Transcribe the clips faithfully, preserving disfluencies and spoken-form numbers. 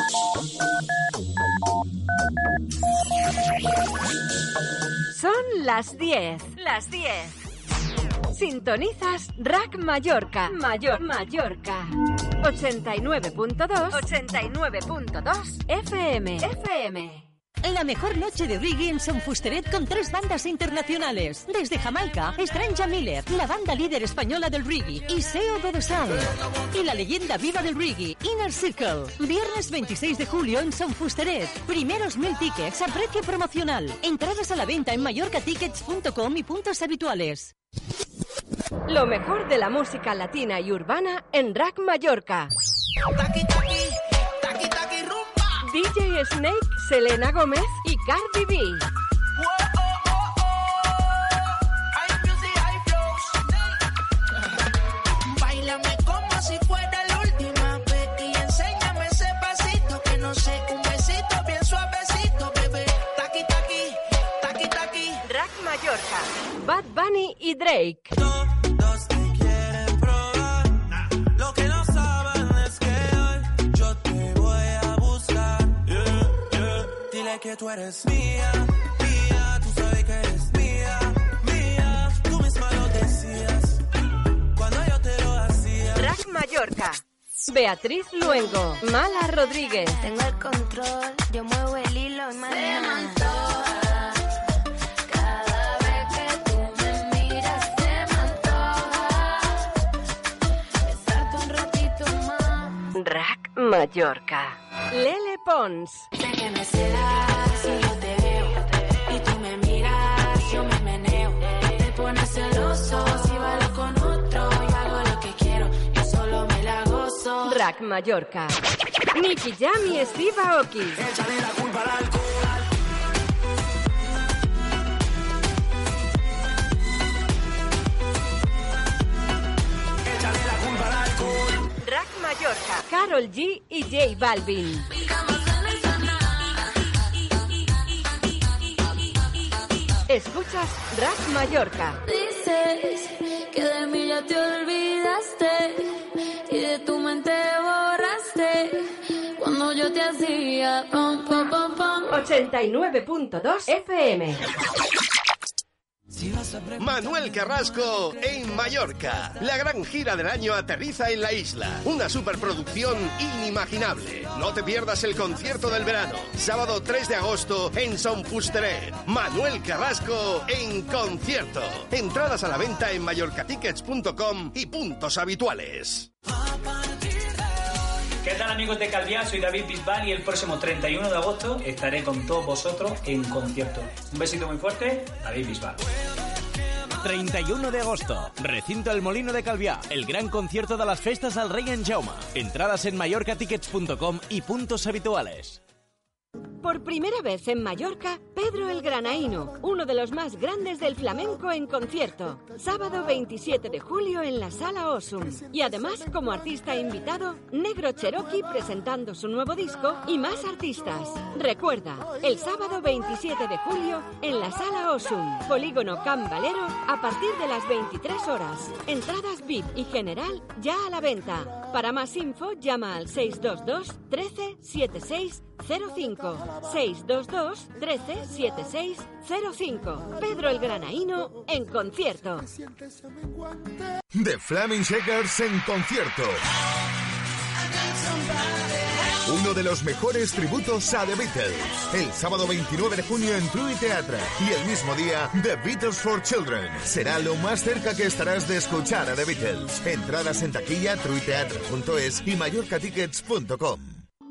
Son las diez. Las diez. Sintonizas Rack Mallorca. Mayor Mallorca. ochenta y nueve punto dos. ochenta y nueve punto dos. F M. F M. La mejor noche de reggae en Son Fusteret con tres bandas internacionales. Desde Jamaica, Estranja Miller, la banda líder española del reggae, y Seo Godosal. Y la leyenda viva del reggae, Inner Circle. Viernes veintiséis de julio en Son Fusteret. Primeros mil tickets a precio promocional. Entradas a la venta en mallorca tickets punto com y puntos habituales. Lo mejor de la música latina y urbana en Rack Mallorca. Taqui, taqui, taqui, taqui, rumba. D J Snake, Selena Gómez y Cardi B. Báilame como si fuera la última vez y enséñame ese pasito que no sé, un besito bien suavecito, bebé. Taqui, taqui, taqui, taqui. Rack Mallorca, Bad Bunny y Drake. Todos te quieren probar, lo que no saben es que hoy yo te voy a buscar. Yeah, yeah. Dile que tú eres mía, mía, tú sabes que eres mía, mía. Tú misma lo decías cuando yo te lo hacía. Rack Mallorca, Beatriz Luengo, Mala Rodríguez. Tengo el control, yo muevo el hilo y mañana. Rack Mallorca. Lele Pons. Sé que me celas si yo te veo y tú me miras, yo me meneo. Te pones celoso si bailo con otro y hago lo que quiero, yo solo me la gozo. Rack Mallorca. Nicky Jam y Steve Aoki. Échale la culpa al alcohol. Échale la culpa al alcohol. Rack Mallorca. Karol G y J Balvin. Escuchas Rack Mallorca. Dices que de mí ya te olvidaste y de tu mente borraste cuando yo te hacía pom pom pom pom. ochenta y nueve punto dos F M. Manuel Carrasco en Mallorca. La gran gira del año aterriza en la isla. Una superproducción inimaginable. No te pierdas el concierto del verano. Sábado tres de agosto en Son Fusteret. Manuel Carrasco en concierto. Entradas a la venta en mallorca tickets punto com y puntos habituales. ¿Qué tal, amigos de Calviá? Soy David Bisbal y el próximo treinta y uno de agosto estaré con todos vosotros en concierto. Un besito muy fuerte, David Bisbal. treinta y uno de agosto, recinto El Molino de Calviá, el gran concierto de las festas al Rey en Jaume. Entradas en mallorca tickets punto com y puntos habituales. Por primera vez en Mallorca, Pedro el Granaíno, uno de los más grandes del flamenco en concierto. Sábado veintisiete de julio en la Sala Osum. Y además, como artista invitado, Negro Cherokee presentando su nuevo disco y más artistas. Recuerda, el sábado veintisiete de julio en la Sala Osum, Polígono Can Valero, a partir de las veintitrés horas. Entradas V I P y general ya a la venta. Para más info, llama al seis dos dos, trece, setenta y seis cero cinco. seis dos dos, trece, setenta y seis cero cinco. Pedro el Granaíno en concierto. The Flaming Shakers en concierto. Uno de los mejores tributos a The Beatles. El sábado veintinueve de junio en True Theatre. Y el mismo día, The Beatles for Children. Será lo más cerca que estarás de escuchar a The Beatles. Entradas en taquilla, true theatre punto es y mallorca tickets punto com.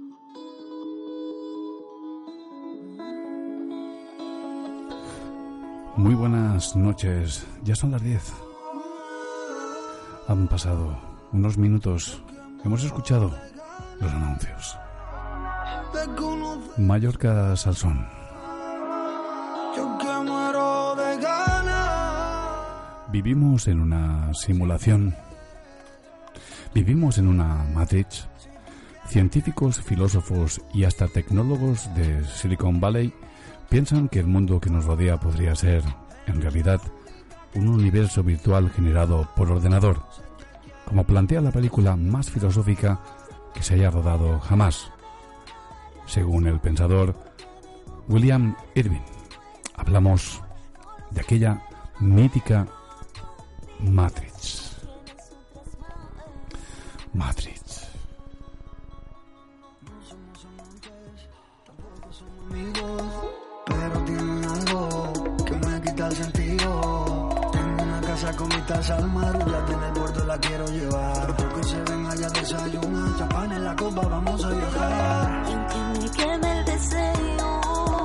Muy buenas noches. Ya son las diez. Han pasado unos minutos. Hemos escuchado los anuncios. Mallorca Salsón. Vivimos en una simulación. Vivimos en una Matrix. Científicos, filósofos y hasta tecnólogos de Silicon Valley piensan que el mundo que nos rodea podría ser, en realidad, un universo virtual generado por ordenador, como plantea la película más filosófica que se haya rodado jamás, según el pensador William Irving. Hablamos de aquella mítica Matrix. Matrix. Pero tienen algo que me quita el sentido. Tengo una casa con vistas al mar, ya en el puerto la quiero llevar. Porque se ven allá desayunan, champán en la copa, vamos a viajar. Y aunque me queme el deseo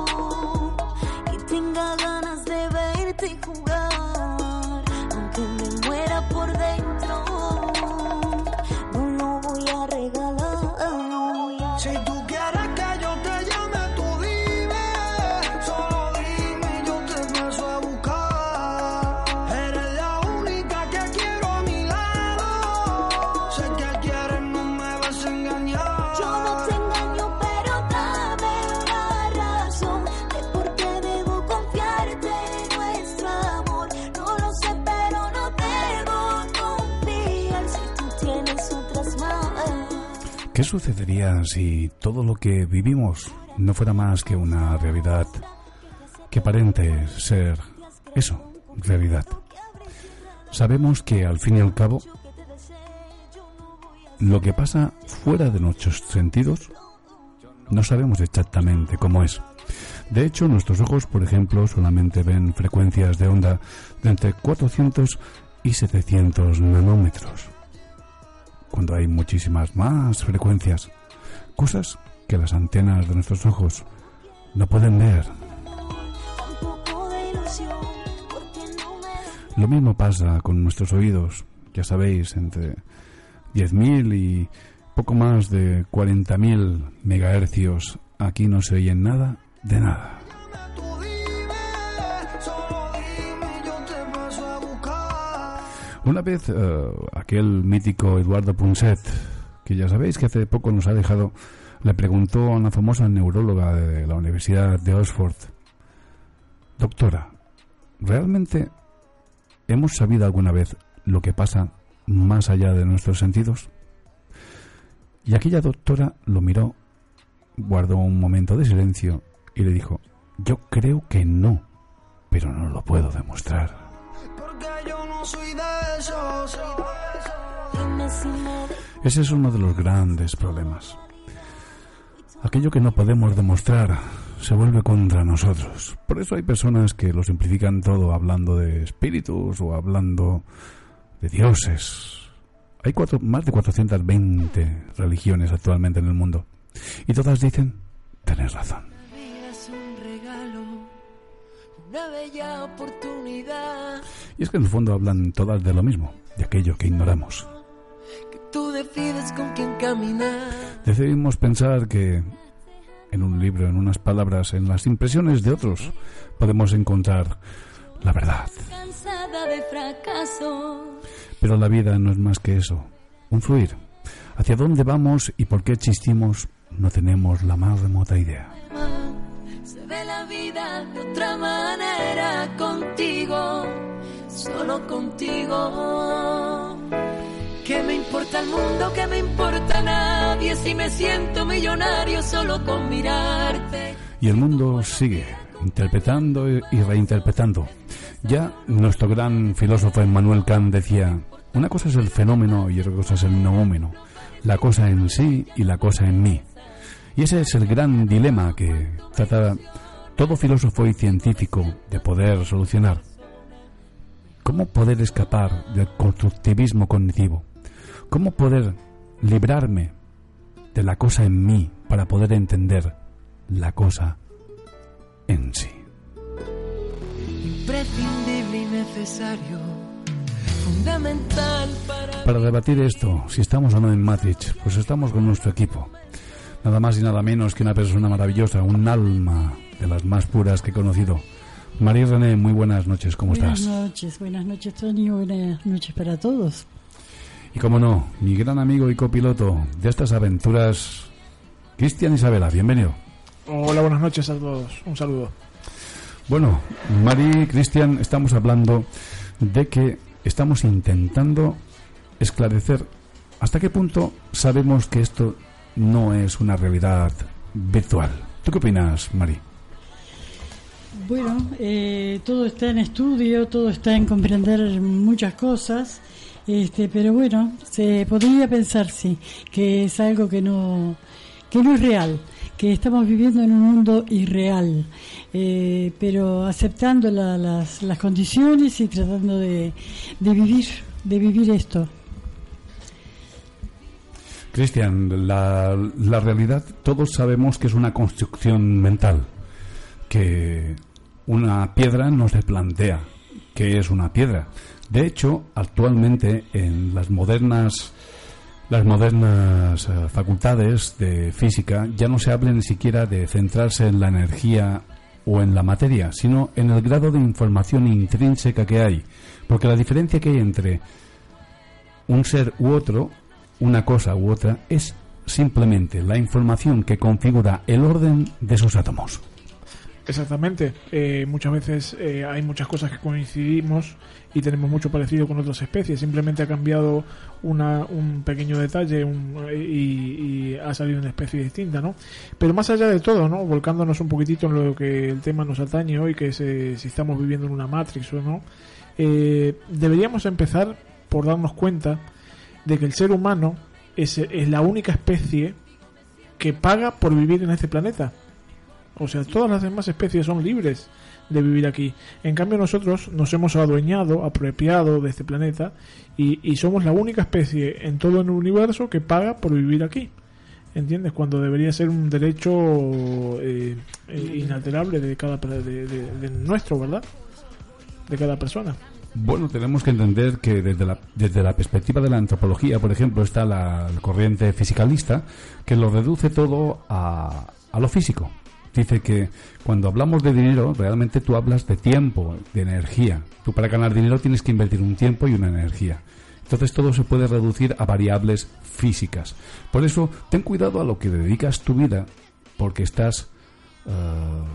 y tenga ganas de verte y jugar, aunque me muera por dentro, no lo voy a regalar. Si tú quieres que yo te llame, tú dime. Solo dime y yo te paso a buscar. Eres la única que quiero a mi lado. Sé que quieres, no me vas a engañar. Yo no te engaño, pero dame una razón de por qué debo confiarte en nuestro amor. No lo sé, pero no debo confiar si tú tienes otras más. ¿Qué sucedería si todo lo que vivimos no fuera más que una realidad que aparente ser eso, realidad? Sabemos que al fin y al cabo lo que pasa fuera de nuestros sentidos no sabemos exactamente cómo es. De hecho, nuestros ojos, por ejemplo, solamente ven frecuencias de onda de entre cuatrocientos y setecientos nanómetros, cuando hay muchísimas más frecuencias, cosas que las antenas de nuestros ojos no pueden ver. Lo mismo pasa con nuestros oídos, ya sabéis, entre diez mil y poco más de cuarenta mil megahercios. Aquí no se oye nada de nada. Una vez uh, aquel mítico Eduardo Punset, que ya sabéis que hace poco nos ha dejado, le preguntó a una famosa neuróloga de la Universidad de Oxford: doctora, ¿realmente hemos sabido alguna vez lo que pasa más allá de nuestros sentidos? Y aquella doctora lo miró, guardó un momento de silencio y le dijo: yo creo que no, pero no lo puedo demostrar. Ese es uno de los grandes problemas. Aquello que no podemos demostrar se vuelve contra nosotros. Por eso hay personas que lo simplifican todo hablando de espíritus o hablando de dioses. Hay cuatro, más de cuatrocientas veinte religiones actualmente en el mundo. Y todas dicen, tenés razón. Una bella oportunidad. Y es que en el fondo hablan todas de lo mismo, de aquello que ignoramos. Que tú decides con quién caminar. Decidimos pensar que en un libro, en unas palabras, en las impresiones de otros, podemos encontrar la verdad. Cansada de fracaso. Pero la vida no es más que eso, un fluir. Hacia dónde vamos y por qué existimos, no tenemos la más remota idea. Se ve la vida de otra manera contigo, solo contigo. ¿Qué me importa el mundo? ¿Qué me importa nadie? Si me siento millonario solo con mirarte. Y el mundo sigue interpretando y reinterpretando. Ya nuestro gran filósofo Immanuel Kant decía: una cosa es el fenómeno y otra cosa es el noómeno, la cosa en sí y la cosa en mí. Y ese es el gran dilema que trata todo filósofo y científico de poder solucionar. ¿Cómo poder escapar del constructivismo cognitivo? ¿Cómo poder librarme de la cosa en mí para poder entender la cosa en sí? Imprescindible y necesario, fundamental para... Para debatir esto, si estamos o no en Matrix, pues estamos con nuestro equipo. Nada más y nada menos que una persona maravillosa, un alma de las más puras que he conocido. María René, muy buenas noches, ¿cómo buenas estás? Buenas noches, buenas noches, Tony, buenas noches para todos. Y como no, mi gran amigo y copiloto de estas aventuras, Cristian Isabela, bienvenido. Hola, buenas noches a todos, un saludo. Bueno, Mari, Cristian, estamos hablando de que estamos intentando esclarecer hasta qué punto sabemos que esto no es una realidad virtual. ¿Tú qué opinas, Mari? Bueno, eh, todo está en estudio, todo está en comprender muchas cosas, este, pero bueno, se podría pensar, sí, que es algo que no, que no es real, que estamos viviendo en un mundo irreal, eh, pero aceptando la, las, las condiciones y tratando de, de vivir, de vivir esto. Cristian, la, la realidad todos sabemos que es una construcción mental, que una piedra no se plantea que es una piedra. De hecho, actualmente en las modernas las modernas uh, facultades de física ya no se habla ni siquiera de centrarse en la energía o en la materia, sino en el grado de información intrínseca que hay, porque la diferencia que hay entre un ser u otro, una cosa u otra, es simplemente la información que configura el orden de esos átomos. Exactamente. Eh, muchas veces eh, hay muchas cosas que coincidimos y tenemos mucho parecido con otras especies. Simplemente ha cambiado una, un pequeño detalle un, y, y ha salido una especie distinta, ¿no? Pero más allá de todo, ¿no? Volcándonos un poquitito en lo que el tema nos atañe hoy, que es eh, si estamos viviendo en una Matrix o no, eh, deberíamos empezar por darnos cuenta de que el ser humano es, es la única especie que paga por vivir en este planeta. O sea, todas las demás especies son libres de vivir aquí. En cambio, nosotros nos hemos adueñado, apropiado de este planeta y, y somos la única especie en todo el universo que paga por vivir aquí. ¿Entiendes? Cuando debería ser un derecho eh, eh, inalterable de cada de, de, de nuestro, ¿verdad? De cada persona. Bueno, tenemos que entender que desde la, desde la perspectiva de la antropología, por ejemplo, está la, la corriente fisicalista que lo reduce todo a, a lo físico. Dice que cuando hablamos de dinero, realmente tú hablas de tiempo, de energía. Tú para ganar dinero tienes que invertir un tiempo y una energía. Entonces todo se puede reducir a variables físicas. Por eso, ten cuidado a lo que dedicas tu vida, porque estás uh,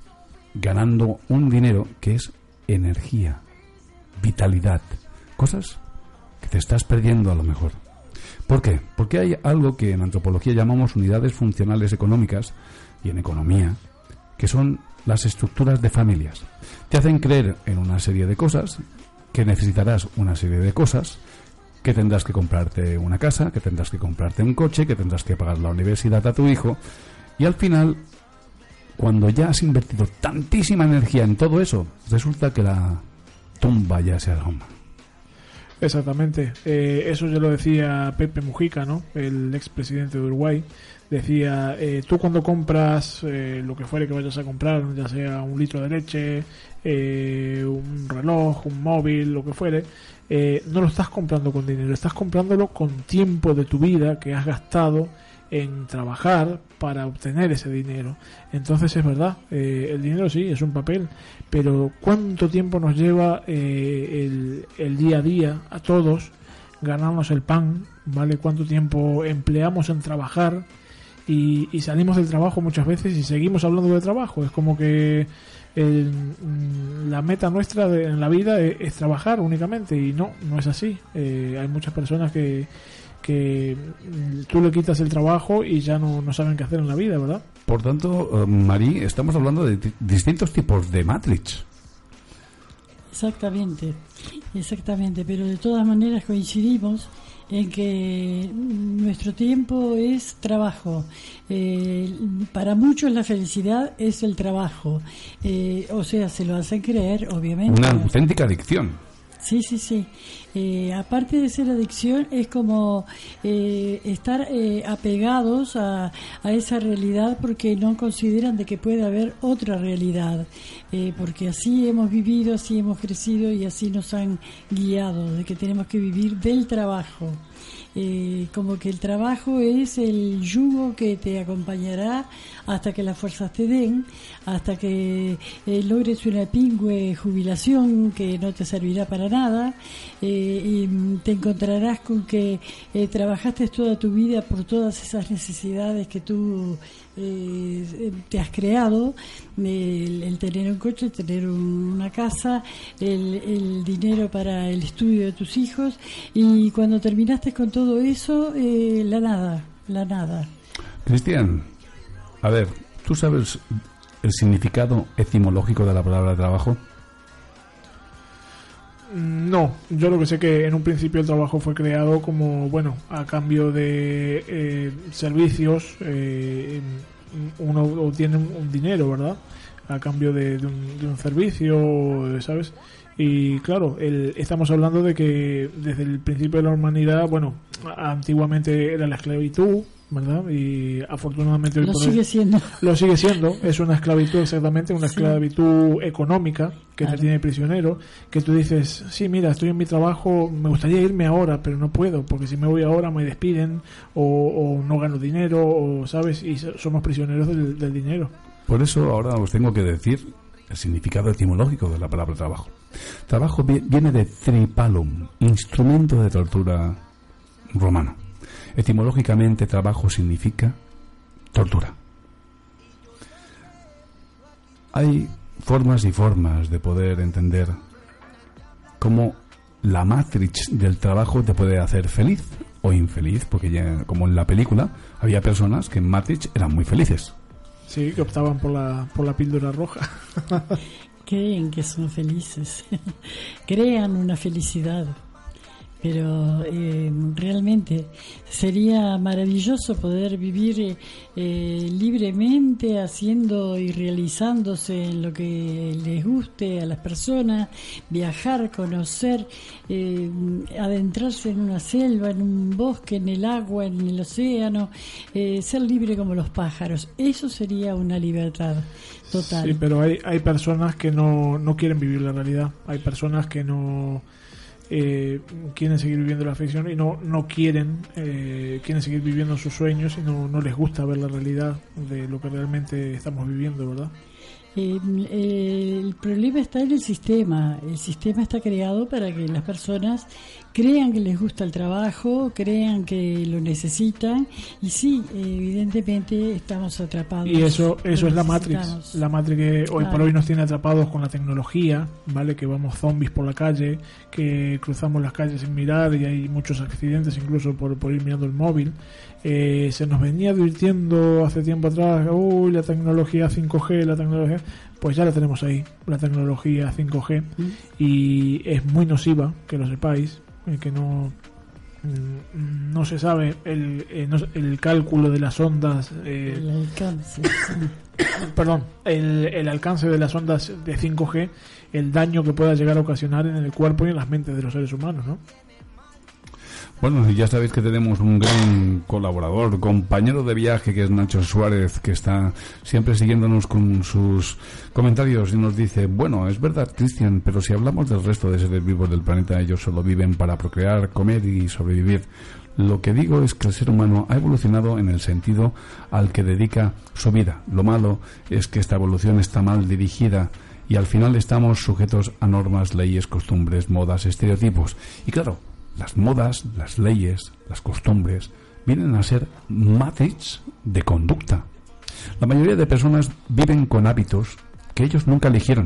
ganando un dinero que es energía, vitalidad, cosas que te estás perdiendo a lo mejor. ¿Por qué? Porque hay algo que en antropología llamamos unidades funcionales económicas y en economía, que son las estructuras de familias. Te hacen creer en una serie de cosas, que necesitarás una serie de cosas, que tendrás que comprarte una casa, que tendrás que comprarte un coche, que tendrás que pagar la universidad a tu hijo, y al final, cuando ya has invertido tantísima energía en todo eso, resulta que la tumba ya se asoma. Exactamente. Eh, eso ya lo decía Pepe Mujica, ¿no? El expresidente de Uruguay. Decía, eh, tú cuando compras eh, lo que fuere que vayas a comprar, ya sea un litro de leche, eh, un reloj, un móvil, lo que fuere, eh, no lo estás comprando con dinero, estás comprándolo con tiempo de tu vida que has gastado en trabajar para obtener ese dinero. Entonces es verdad, eh, el dinero sí, es un papel, pero ¿cuánto tiempo nos lleva eh, el, el día a día a todos ganarnos el pan? ¿Vale? ¿Cuánto tiempo empleamos en trabajar? Y, y salimos del trabajo muchas veces y seguimos hablando de trabajo. Es como que el, la meta nuestra de, en la vida es, es trabajar únicamente, y no, no es así. Eh, hay muchas personas que que tú le quitas el trabajo y ya no, no saben qué hacer en la vida, ¿verdad? Por tanto, uh, Mari, estamos hablando de t- distintos tipos de Matrix. Exactamente, exactamente, pero de todas maneras coincidimos en que nuestro tiempo es trabajo. Eh, para muchos la felicidad es el trabajo. Eh, o sea, se lo hacen creer, obviamente. Una auténtica adicción. Sí, sí, sí. Eh, aparte de ser adicción, es como eh, estar eh, apegados a, a esa realidad porque no consideran de que puede haber otra realidad. Eh, porque así hemos vivido, así hemos crecido y así nos han guiado, de que tenemos que vivir del trabajo. Eh, como que el trabajo es el yugo que te acompañará hasta que las fuerzas te den, hasta que eh, logres una pingüe jubilación que no te servirá para nada, eh, y te encontrarás con que eh, trabajaste toda tu vida por todas esas necesidades que tú eh, te has creado, el, el tener un coche, el tener un, una casa, el, el dinero para el estudio de tus hijos, y cuando terminaste con todo eso, eh, la nada, la nada. Cristian, A ver, ¿tú sabes el significado etimológico de la palabra trabajo? No, yo lo que sé que en un principio el trabajo fue creado como, bueno, a cambio de eh, servicios, eh, uno obtiene un, un dinero, ¿verdad? A cambio de, de, un, de un servicio, ¿sabes? Y claro, el, estamos hablando de que desde el principio de la humanidad, bueno, antiguamente era la esclavitud, ¿verdad? Y afortunadamente hoy Lo por sigue hoy- siendo. Lo sigue siendo, es una esclavitud exactamente, una Sí. esclavitud económica que Claro. te tiene prisionero, que tú dices, sí, mira, estoy en mi trabajo, me gustaría irme ahora, pero no puedo, porque si me voy ahora me despiden, o, o no gano dinero, o, ¿sabes? Y so- somos prisioneros del, del dinero. Por eso ahora os tengo que decir el significado etimológico de la palabra trabajo. Trabajo vi- viene de tripalum, instrumento de tortura romano. Etimológicamente, trabajo significa tortura. Hay formas y formas de poder entender cómo la matrix del trabajo te puede hacer feliz o infeliz, porque ya, como en la película, había personas que en Matrix eran muy felices. Sí, que optaban por la, por la píldora roja. Creen que son felices, crean una felicidad, pero eh, realmente sería maravilloso poder vivir eh, eh, libremente haciendo y realizándose en lo que les guste a las personas, viajar, conocer, eh, adentrarse en una selva, en un bosque, en el agua, en el océano, eh, ser libre como los pájaros. Eso sería una libertad total. Sí, pero hay, hay personas que no, no quieren vivir la realidad. Hay personas que no eh, quieren seguir viviendo la ficción y no, no quieren, eh, quieren seguir viviendo sus sueños y no, no les gusta ver la realidad de lo que realmente estamos viviendo, ¿verdad? Eh, eh, el problema está en el sistema. El sistema está creado para que las personas crean que les gusta el trabajo, crean que lo necesitan y sí, evidentemente estamos atrapados. Y eso eso Lo es la Matrix, necesitamos. la Matrix que hoy Claro. por hoy nos tiene atrapados con la tecnología, ¿vale? Que vamos zombies por la calle, que cruzamos las calles sin mirar y hay muchos accidentes incluso por, por ir mirando el móvil. Eh, se nos venía advirtiendo hace tiempo atrás, uy, la tecnología cinco G, la tecnología, pues ya la tenemos ahí, la tecnología cinco G, y es muy nociva, que lo sepáis, eh, que no mm, no se sabe el, eh, no- el cálculo de las ondas, eh, El alcance. perdón, el, el alcance de las ondas de cinco G, el daño que pueda llegar a ocasionar en el cuerpo y en las mentes de los seres humanos, ¿no? Bueno, y ya sabéis que tenemos un gran colaborador, compañero de viaje, que es Nacho Suárez, que está siempre siguiéndonos con sus comentarios y nos dice, bueno, es verdad, Cristian, pero si hablamos del resto de seres vivos del planeta, ellos solo viven para procrear, comer y sobrevivir. Lo que digo es que el ser humano ha evolucionado en el sentido al que dedica su vida. Lo malo es que esta evolución está mal dirigida y al final estamos sujetos a normas, leyes, costumbres, modas, estereotipos. Y claro, las modas, las leyes, las costumbres vienen a ser matrix de conducta. La mayoría de personas viven con hábitos que ellos nunca eligieron.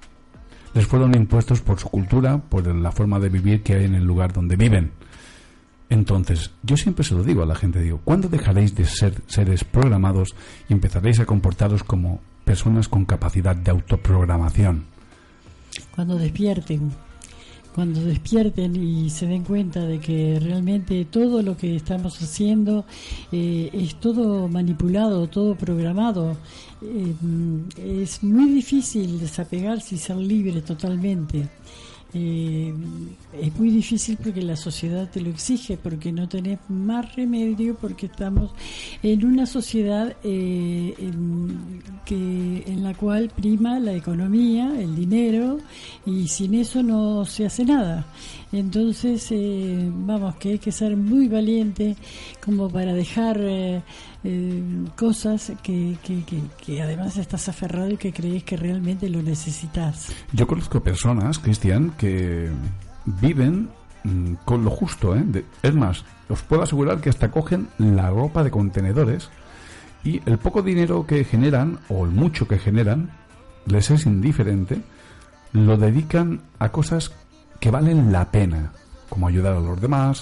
Les fueron impuestos por su cultura, por la forma de vivir que hay en el lugar donde viven. Entonces, yo siempre se lo digo a la gente, digo, ¿cuándo dejaréis de ser seres programados y empezaréis a comportaros como personas con capacidad de autoprogramación? Cuando despierten, cuando despierten y se den cuenta de que realmente todo lo que estamos haciendo eh, es todo manipulado, todo programado. Eh, es muy difícil desapegarse y ser libre totalmente. Eh, es muy difícil porque la sociedad te lo exige, porque no tenés más remedio, porque estamos en una sociedad eh, en, que, en la cual prima la economía, el dinero, y sin eso no se hace nada. Entonces, eh, vamos, que hay que ser muy valiente como para dejar eh, eh, cosas que, que, que, que además estás aferrado y que crees que realmente lo necesitas. Yo conozco personas, Cristian, que viven mmm, con lo justo, ¿eh? De, es más, os puedo asegurar que hasta cogen la ropa de contenedores y el poco dinero que generan, o el mucho que generan, les es indiferente, lo dedican a cosas que valen la pena, como ayudar a los demás,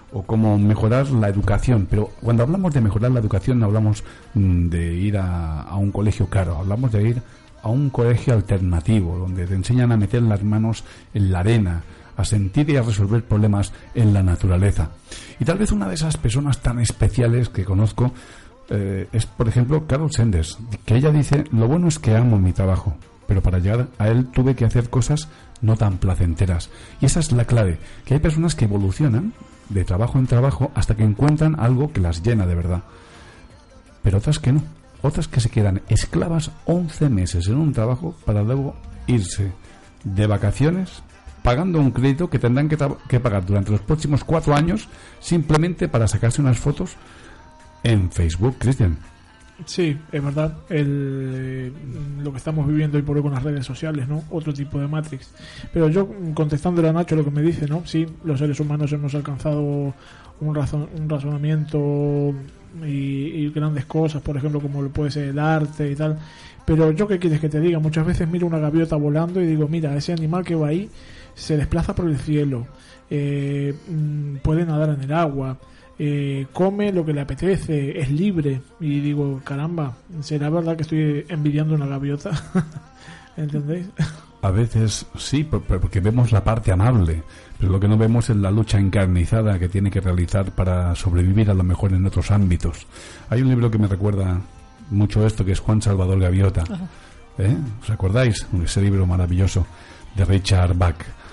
o cómo mejorar la educación. Pero cuando hablamos de mejorar la educación no hablamos mm, de ir a, a un colegio caro, hablamos de ir a un colegio alternativo, donde te enseñan a meter las manos en la arena, a sentir y a resolver problemas en la naturaleza. Y tal vez una de esas personas tan especiales que conozco eh, es, por ejemplo, Carol Sanders, que ella dice: lo bueno es que amo mi trabajo, pero para llegar a él tuve que hacer cosas no tan placenteras. Y esa es la clave, que hay personas que evolucionan de trabajo en trabajo hasta que encuentran algo que las llena de verdad, pero otras que no, otras que se quedan esclavas once meses en un trabajo para luego irse de vacaciones pagando un crédito que tendrán que, que pagar durante los próximos cuatro años simplemente para sacarse unas fotos en Facebook, Cristian. Sí, es verdad, el, eh, lo que estamos viviendo hoy por hoy con las redes sociales, ¿no? Otro tipo de Matrix. Pero yo, contestándole a Nacho lo que me dice, ¿no? Sí, los seres humanos hemos alcanzado un, razon, un razonamiento y, y grandes cosas, por ejemplo, como puede ser el arte y tal. Pero yo, ¿qué quieres que te diga? Muchas veces miro una gaviota volando y digo, mira, ese animal que va ahí se desplaza por el cielo, eh, puede nadar en el agua, eh, come lo que le apetece, es libre. Y digo, caramba, ¿será verdad que estoy envidiando una gaviota? ¿Entendéis? A veces sí, porque vemos la parte amable, pero lo que no vemos es la lucha encarnizada que tiene que realizar para sobrevivir a lo mejor en otros ámbitos. Hay un libro que me recuerda mucho esto, que es Juan Salvador Gaviota. ¿Eh? ¿Os acordáis? Ese libro maravilloso de Richard Bach.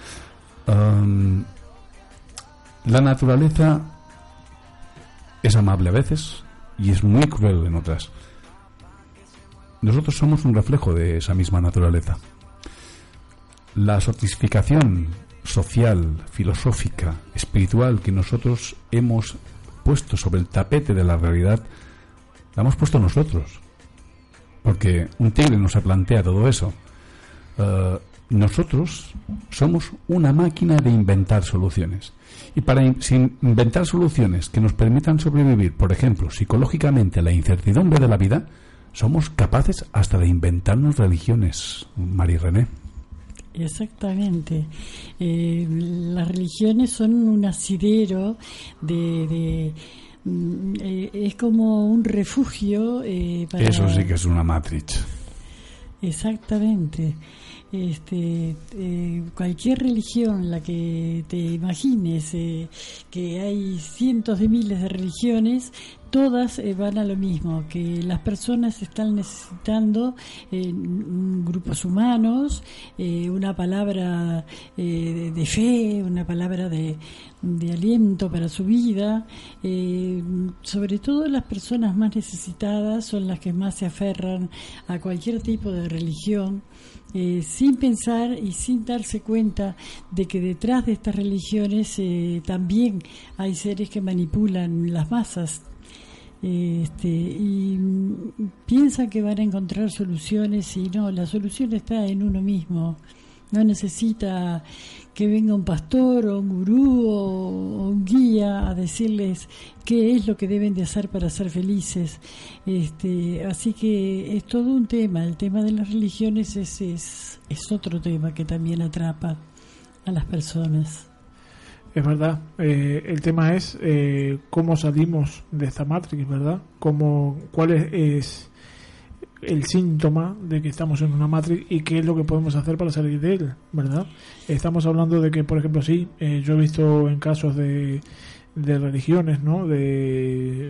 Um, la naturaleza es amable a veces y es muy cruel en otras. Nosotros somos un reflejo de esa misma naturaleza. La sofisticación social, filosófica, espiritual que nosotros hemos puesto sobre el tapete de la realidad, la hemos puesto nosotros, porque un tigre nos plantea todo eso. Uh, nosotros somos una máquina de inventar soluciones, y para in- sin inventar soluciones que nos permitan sobrevivir, por ejemplo, psicológicamente a la incertidumbre de la vida, somos capaces hasta de inventarnos religiones, María René. Exactamente. Eh, las religiones son un asidero de... de eh, es como un refugio eh, para... Eso sí que es una Matrix. Exactamente. Este, eh, cualquier religión, la que te imagines, eh, que hay cientos de miles de religiones, todas eh, van a lo mismo, que las personas están necesitando eh, grupos humanos, eh, una palabra eh, de, de fe, una palabra de, de aliento para su vida. Eh, sobre todo las personas más necesitadas son las que más se aferran a cualquier tipo de religión, eh, sin pensar y sin darse cuenta de que detrás de estas religiones eh, también hay seres que manipulan las masas. Este, y piensan que van a encontrar soluciones, y no, la solución está en uno mismo. No necesita que venga un pastor o un gurú o, o un guía a decirles qué es lo que deben de hacer para ser felices. Este, así que es todo un tema. El tema de las religiones es, es, es otro tema que también atrapa a las personas. Es verdad, eh, el tema es eh, cómo salimos de esta Matrix, ¿verdad? Cómo, cuál es, es el síntoma de que estamos en una Matrix y qué es lo que podemos hacer para salir de él, ¿verdad? Estamos hablando de que, por ejemplo, sí, eh, yo he visto en casos de, de religiones, ¿no? De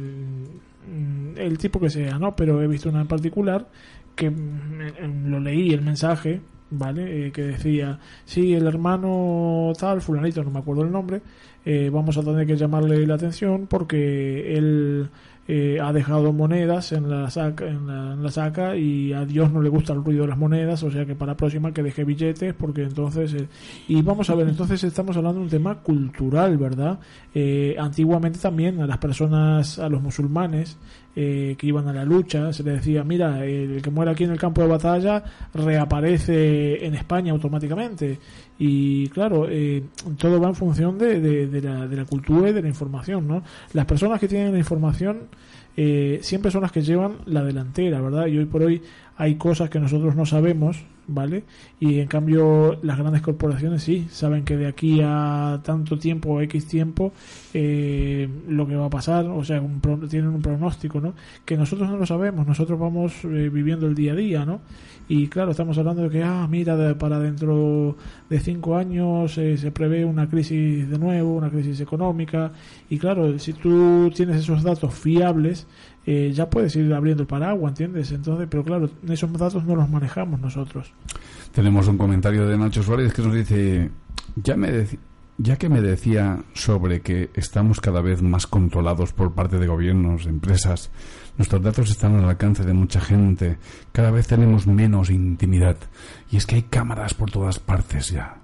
mm, el tipo que sea, ¿no? Pero he visto una en particular que mm, lo leí el mensaje, ¿vale? Eh, que decía, sí, el hermano tal, fulanito, no me acuerdo el nombre, eh, vamos a tener que llamarle la atención porque él eh, ha dejado monedas en la saca, en la, en la saca y a Dios no le gusta el ruido de las monedas, o sea que para la próxima que deje billetes, porque entonces eh, y vamos a ver, entonces estamos hablando de un tema cultural, ¿verdad? Eh, antiguamente también a las personas, a los musulmanes eh, que iban a la lucha, se les decía, mira, el que muere aquí en el campo de batalla reaparece en España automáticamente. Y claro, eh, todo va en función de, de, de, la, de la cultura y de la información, ¿no? Las personas que tienen la información eh, siempre son las que llevan la delantera, ¿verdad? Y hoy por hoy hay cosas que nosotros no sabemos, ¿vale? Y en cambio las grandes corporaciones sí, saben que de aquí a tanto tiempo o X tiempo eh, lo que va a pasar, o sea, un pro, tienen un pronóstico, ¿no? Que nosotros no lo sabemos, nosotros vamos eh, viviendo el día a día, ¿no? Y claro, estamos hablando de que, ah, mira, de, para dentro de cinco años eh, se prevé una crisis de nuevo, una crisis económica, y claro, si tú tienes esos datos fiables, eh, ya puedes ir abriendo el paraguas, ¿entiendes? Entonces, pero claro, esos datos no los manejamos nosotros. Tenemos un comentario de Nacho Suárez que nos dice, ya me dec- ya que me decía sobre que estamos cada vez más controlados por parte de gobiernos, empresas, nuestros datos están al alcance de mucha gente, cada vez tenemos menos intimidad, y es que hay cámaras por todas partes ya,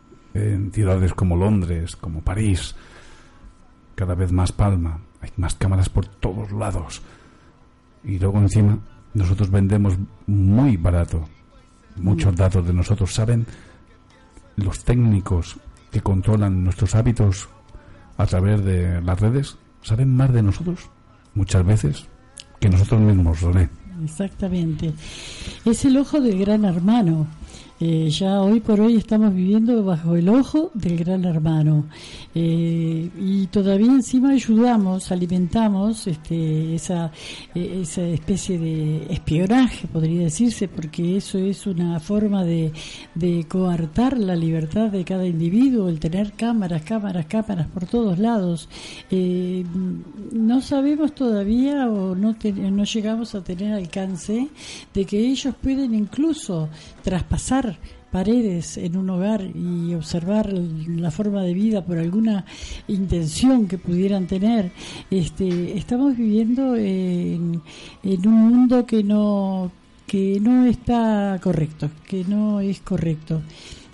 en ciudades como Londres, como París, cada vez más Palma, hay más cámaras por todos lados, y luego encima nosotros vendemos muy barato muchos datos de nosotros. Saben los técnicos que controlan nuestros hábitos a través de las redes, saben más de nosotros muchas veces que nosotros mismos, René. Exactamente. Es el ojo del gran hermano. Eh, ya hoy por hoy estamos viviendo bajo el ojo del gran hermano, eh, y todavía encima ayudamos, alimentamos este, esa, eh, esa especie de espionaje, podría decirse, porque eso es una forma de, de coartar la libertad de cada individuo, el tener cámaras, cámaras, cámaras por todos lados. Eh, no sabemos todavía o no, te, no llegamos a tener alcance de que ellos pueden incluso traspasar paredes en un hogar y observar la forma de vida por alguna intención que pudieran tener. Este, estamos viviendo en, en un mundo que no que no está correcto, que no es correcto.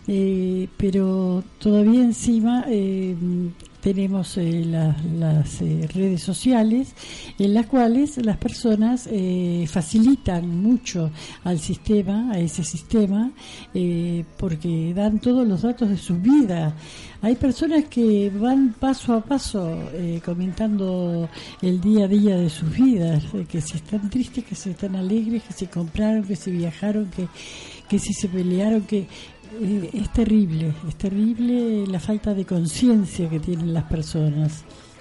Eh, pero todavía encima eh, tenemos eh, la, las eh, redes sociales en las cuales las personas eh, facilitan mucho al sistema, a ese sistema, eh, porque dan todos los datos de su vida. Hay personas que van paso a paso eh, comentando el día a día de sus vidas, eh, que si están tristes, que si están alegres, que si compraron, que si viajaron, que, que si se pelearon, que Eh, es terrible, es terrible la falta de conciencia que tienen las personas.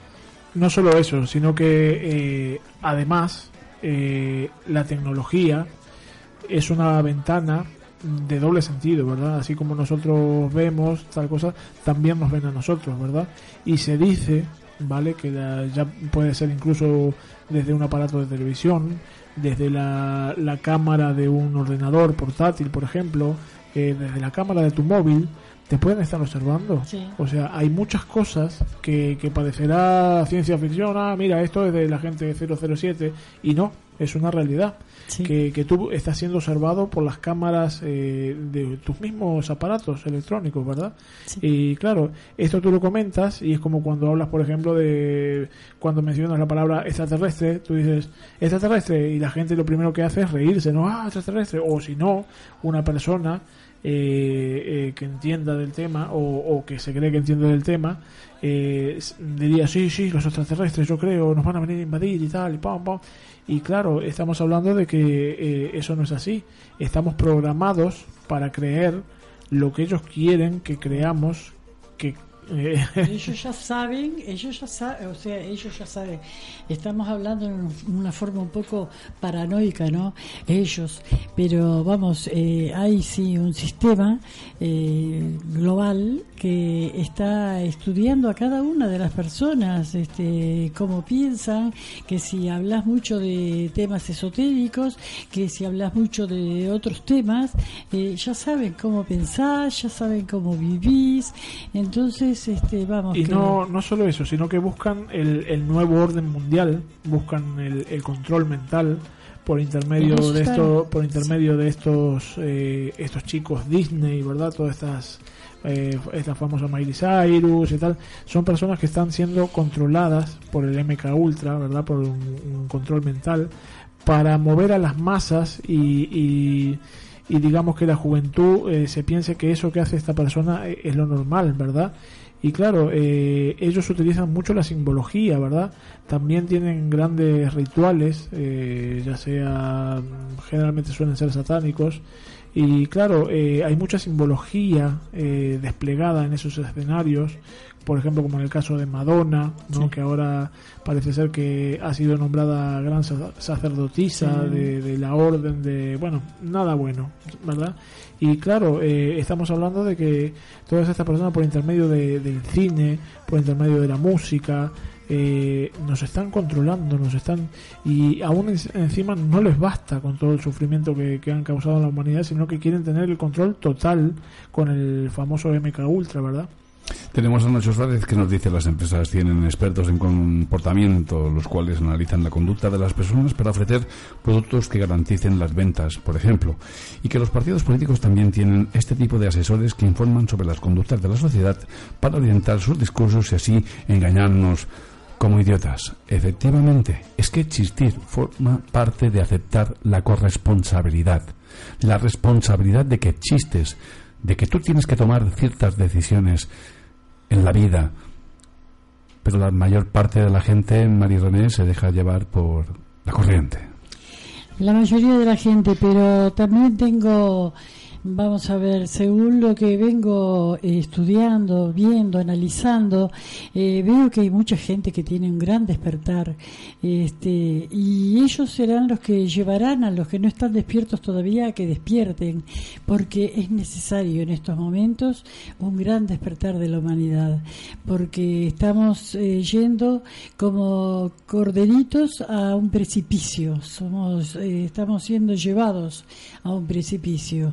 No solo eso, sino que eh, además eh, la tecnología es una ventana de doble sentido, ¿verdad? Así como nosotros vemos tal cosa, también nos ven a nosotros, ¿verdad? Y se dice, ¿vale? Que la, ya puede ser incluso desde un aparato de televisión, desde la, la cámara de un ordenador portátil, por ejemplo, eh, desde la cámara de tu móvil, te pueden estar observando. Sí. O sea, hay muchas cosas que, que parecerá ciencia ficción. Ah, mira, esto es de la gente cero cero siete, y no, es una realidad. Sí. Que, que tú estás siendo observado por las cámaras eh, de tus mismos aparatos electrónicos, ¿verdad? Sí. Y claro, esto tú lo comentas y es como cuando hablas, por ejemplo, de cuando mencionas la palabra extraterrestre, tú dices extraterrestre y la gente lo primero que hace es reírse, ¿no? Ah, extraterrestre. O si no, una persona eh, eh, que entienda del tema o, o que se cree que entiende del tema eh, diría, sí, sí, los extraterrestres, yo creo, nos van a venir a invadir y tal, y pam, pam. Y claro, estamos hablando de que eh, eso no es así. Estamos programados para creer lo que ellos quieren que creamos, que eh. ellos ya saben, ellos ya saben, o sea, ellos ya saben. Estamos hablando en una forma un poco paranoica, ¿no? Ellos, pero vamos, eh, hay sí un sistema eh, global que está estudiando a cada una de las personas, este, cómo piensan, que si hablas mucho de temas esotéricos, que si hablas mucho de otros temas, eh, ya saben cómo pensás, ya saben cómo vivís, entonces, este, vamos. Y que... no, no solo eso, sino que buscan el, el nuevo orden mundial, buscan el, el control mental por intermedio de esto, por intermedio de estos, eh, estos chicos Disney, ¿verdad? Todas estas Eh, esta famosa Miley Cyrus y tal, son personas que están siendo controladas por el M K Ultra, ¿verdad? Por un, un control mental para mover a las masas y, y, y digamos que la juventud eh, se piense que eso que hace esta persona es lo normal, ¿verdad? Y claro, eh, ellos utilizan mucho la simbología, ¿verdad? También tienen grandes rituales, eh, ya sea, generalmente suelen ser satánicos, Y claro, eh, hay mucha simbología eh, desplegada en esos escenarios, por ejemplo, como en el caso de Madonna, ¿no? Sí. Que ahora parece ser que ha sido nombrada gran sacerdotisa sí. de, de la orden de... Bueno, nada bueno, ¿verdad? Y claro, eh, estamos hablando de que todas estas personas, por intermedio de, del cine, por intermedio de la música, eh, nos están controlando, nos están... Y aún en, encima no les basta con todo el sufrimiento que, que han causado a la humanidad, sino que quieren tener el control total con el famoso M K Ultra, ¿verdad? Tenemos a Nacho Suárez que nos dice: las empresas tienen expertos en comportamiento, los cuales analizan la conducta de las personas para ofrecer productos que garanticen las ventas, por ejemplo, y que los partidos políticos también tienen este tipo de asesores que informan sobre las conductas de la sociedad para orientar sus discursos y así engañarnos como idiotas. Efectivamente, es que existir forma parte de aceptar la corresponsabilidad, la responsabilidad de que existes, de que tú tienes que tomar ciertas decisiones en la vida, pero la mayor parte de la gente, María René, se deja llevar por la corriente. La mayoría de la gente, pero también tengo, vamos a ver, según lo que vengo eh, estudiando, viendo, analizando, eh, veo que hay mucha gente que tiene un gran despertar, este, y ellos serán los que llevarán a los que no están despiertos todavía a que despierten, porque es necesario en estos momentos un gran despertar de la humanidad, porque estamos eh, yendo como corderitos a un precipicio, somos, eh, estamos siendo llevados a un precipicio.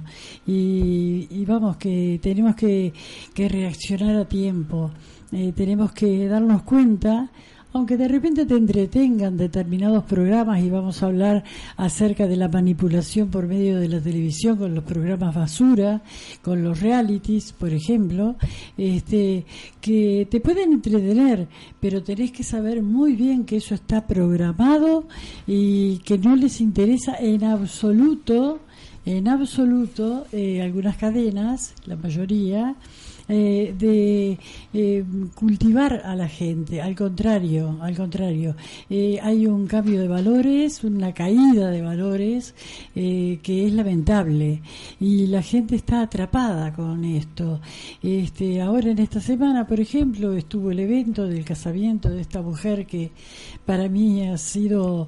Y, y vamos, que tenemos que, que reaccionar a tiempo, eh, tenemos que darnos cuenta, aunque de repente te entretengan determinados programas, y vamos a hablar acerca de la manipulación por medio de la televisión con los programas basura, con los realities, por ejemplo, este, que te pueden entretener, pero tenés que saber muy bien que eso está programado y que no les interesa en absoluto En absoluto, eh, algunas cadenas, la mayoría, eh, de eh, cultivar a la gente. Al contrario, al contrario, eh, hay un cambio de valores, una caída de valores eh, que es lamentable, y la gente está atrapada con esto. Este, ahora en esta semana, por ejemplo, estuvo el evento del casamiento de esta mujer que para mí ha sido,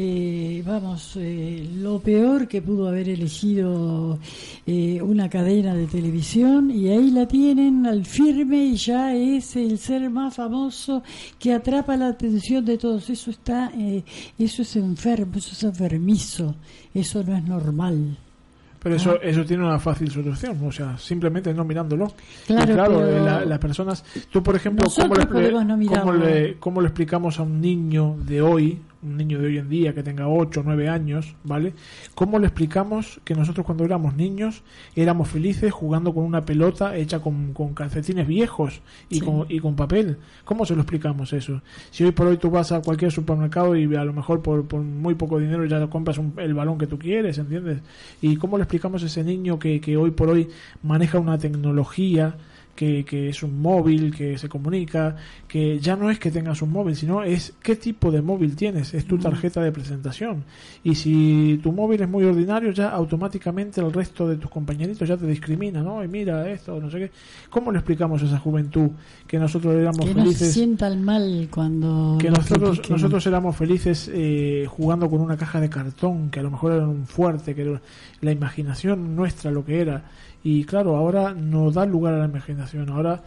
eh, vamos, eh, lo peor que pudo haber elegido eh, una cadena de televisión, y ahí la tienen al firme y ya es el ser más famoso que atrapa la atención de todos. Eso está, eh, eso es enfermo, eso es enfermizo, eso no es normal. Pero eso, ah. eso tiene una fácil solución, o sea, simplemente no mirándolo. Claro, y claro, pero la, las personas, tú por ejemplo, ¿cómo le, no ¿cómo, le, ¿cómo le explicamos a un niño de hoy, un niño de hoy en día que tenga ocho o nueve años, ¿vale? ¿Cómo le explicamos que nosotros cuando éramos niños éramos felices jugando con una pelota hecha con, con calcetines viejos y, sí. con, y con papel? ¿Cómo se lo explicamos eso? Si hoy por hoy tú vas a cualquier supermercado y a lo mejor por, por muy poco dinero ya compras un, el balón que tú quieres, ¿entiendes? ¿Y cómo le explicamos a ese niño que, que hoy por hoy maneja una tecnología Que, que es un móvil, que se comunica, que ya no es que tengas un móvil, sino es qué tipo de móvil tienes, es tu tarjeta de presentación? Y si tu móvil es muy ordinario, ya automáticamente el resto de tus compañeritos ya te discrimina, ¿no? Y mira esto, no sé qué. ¿Cómo le explicamos a esa juventud que nosotros éramos que felices? Que no se sientan mal cuando... Que nosotros, nosotros éramos felices eh, jugando con una caja de cartón, que a lo mejor era un fuerte, que era la imaginación nuestra lo que era. Y claro, ahora no da lugar a la imaginación, ahora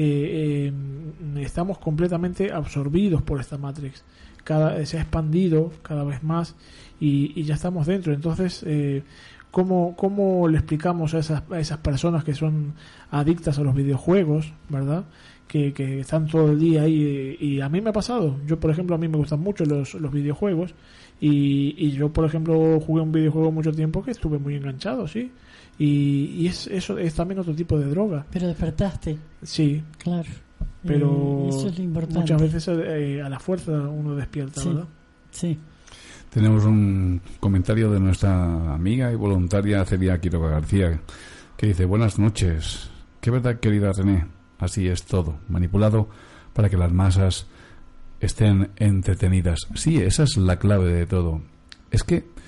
eh, eh, estamos completamente absorbidos por esta Matrix, cada, se ha expandido cada vez más y, y ya estamos dentro. Entonces, eh, ¿cómo, ¿cómo le explicamos a esas, a esas personas que son adictas a los videojuegos, verdad? Que, que están todo el día ahí, y, y a mí me ha pasado. Yo, por ejemplo, a mí me gustan mucho los, los videojuegos, y, y yo, por ejemplo, jugué un videojuego mucho tiempo que estuve muy enganchado, sí. Y, y es eso es también otro tipo de droga. Pero despertaste. Sí. Claro. Pero eh, eso es lo importante. Muchas veces eh, a la fuerza uno despierta, sí. ¿verdad? Sí. Tenemos un comentario de nuestra amiga y voluntaria Celia Quiroga García, que dice: buenas noches. Qué verdad, querida René. Así es todo, manipulado para que las masas estén entretenidas. Sí, esa es la clave de todo. Es que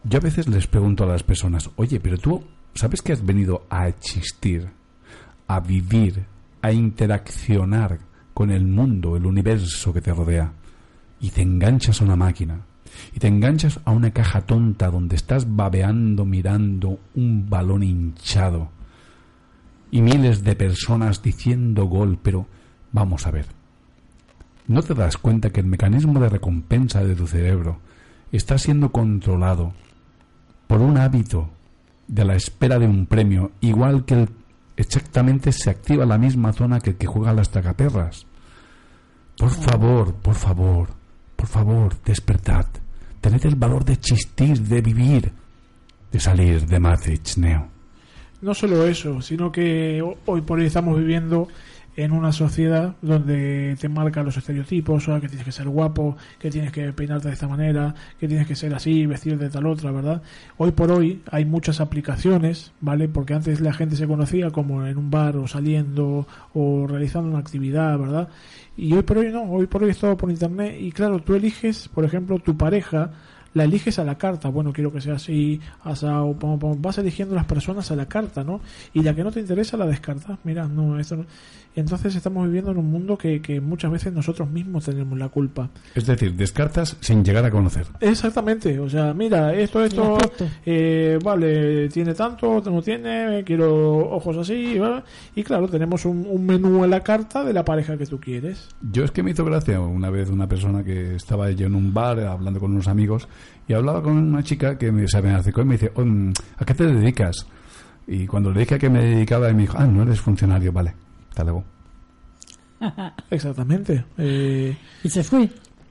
Yo a veces les pregunto a las personas, oye, pero tú, ¿sabes que has venido a existir, a vivir, a interaccionar con el mundo, el universo que te rodea? Y te enganchas a una máquina, y te enganchas a una caja tonta donde estás babeando mirando un balón hinchado y miles de personas diciendo gol, pero vamos a ver, ¿no te das cuenta que el mecanismo de recompensa de tu cerebro está siendo controlado por un hábito de la espera de un premio, igual que el, exactamente se activa la misma zona que el que juega a las tragaperras? Por favor, por favor, por favor, despertad. Tened el valor de existir, de vivir, de salir de Matrix, Neo. No solo eso, sino que hoy por hoy estamos viviendo en una sociedad donde te marcan los estereotipos, o sea, que tienes que ser guapo, que tienes que peinarte de esta manera, que tienes que ser así, vestir de tal otra, ¿verdad? Hoy por hoy hay muchas aplicaciones, ¿vale? Porque antes la gente se conocía como en un bar o saliendo o realizando una actividad, ¿verdad? Y hoy por hoy no, hoy por hoy es todo por internet y claro, tú eliges, por ejemplo, tu pareja, la eliges a la carta, bueno, quiero que sea así, asado, pom, pom. Vas eligiendo las personas a la carta, ¿no? Y la que no te interesa la descartas, mira, no, esto no. Entonces estamos viviendo en un mundo que, que muchas veces nosotros mismos tenemos la culpa. Es decir, descartas sin llegar a conocer. Exactamente, o sea, mira, esto, esto, eh, vale, tiene tanto, no tiene, quiero ojos así, ¿vale? Y claro, tenemos un, un menú a la carta de la pareja que tú quieres. Yo es que me hizo gracia una vez una persona que estaba yo en un bar hablando con unos amigos y hablaba con una chica que me, se me acercó y me dice, oh, ¿a qué te dedicas? Y cuando le dije a qué me dedicaba, me dijo, ah, no eres funcionario, vale, hasta luego. Exactamente. Eh, y se fue.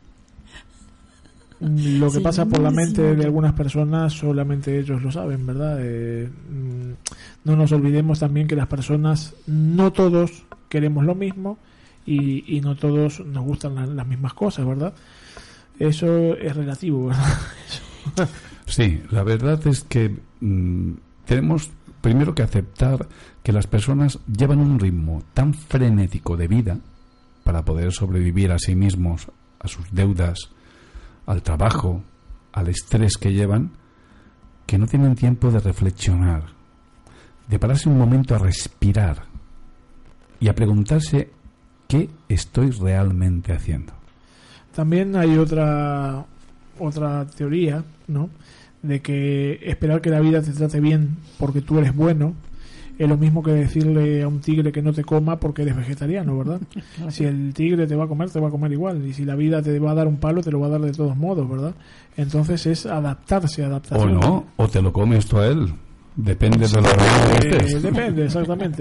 Lo que Sí, pasa por la mente buenísimo. de algunas personas solamente ellos lo saben, ¿verdad? Eh, no nos olvidemos también que las personas, no todos queremos lo mismo y, y no todos nos gustan la, las mismas cosas, ¿verdad? Eso es relativo, ¿verdad? Sí, la verdad es que mmm, tenemos primero que aceptar que las personas llevan un ritmo tan frenético de vida para poder sobrevivir a sí mismos, a sus deudas, al trabajo, al estrés que llevan, que no tienen tiempo de reflexionar, de pararse un momento a respirar y a preguntarse qué estoy realmente haciendo. También hay otra otra teoría, ¿no? De que esperar que la vida te trate bien porque tú eres bueno es lo mismo que decirle a un tigre que no te coma porque eres vegetariano, ¿verdad? Claro. Si el tigre te va a comer, te va a comer igual. Y si la vida te va a dar un palo, te lo va a dar de todos modos, ¿verdad? Entonces es adaptarse, O adaptación. no, o te lo comes tú a él. Depende de lo que Eh, dices. depende, exactamente.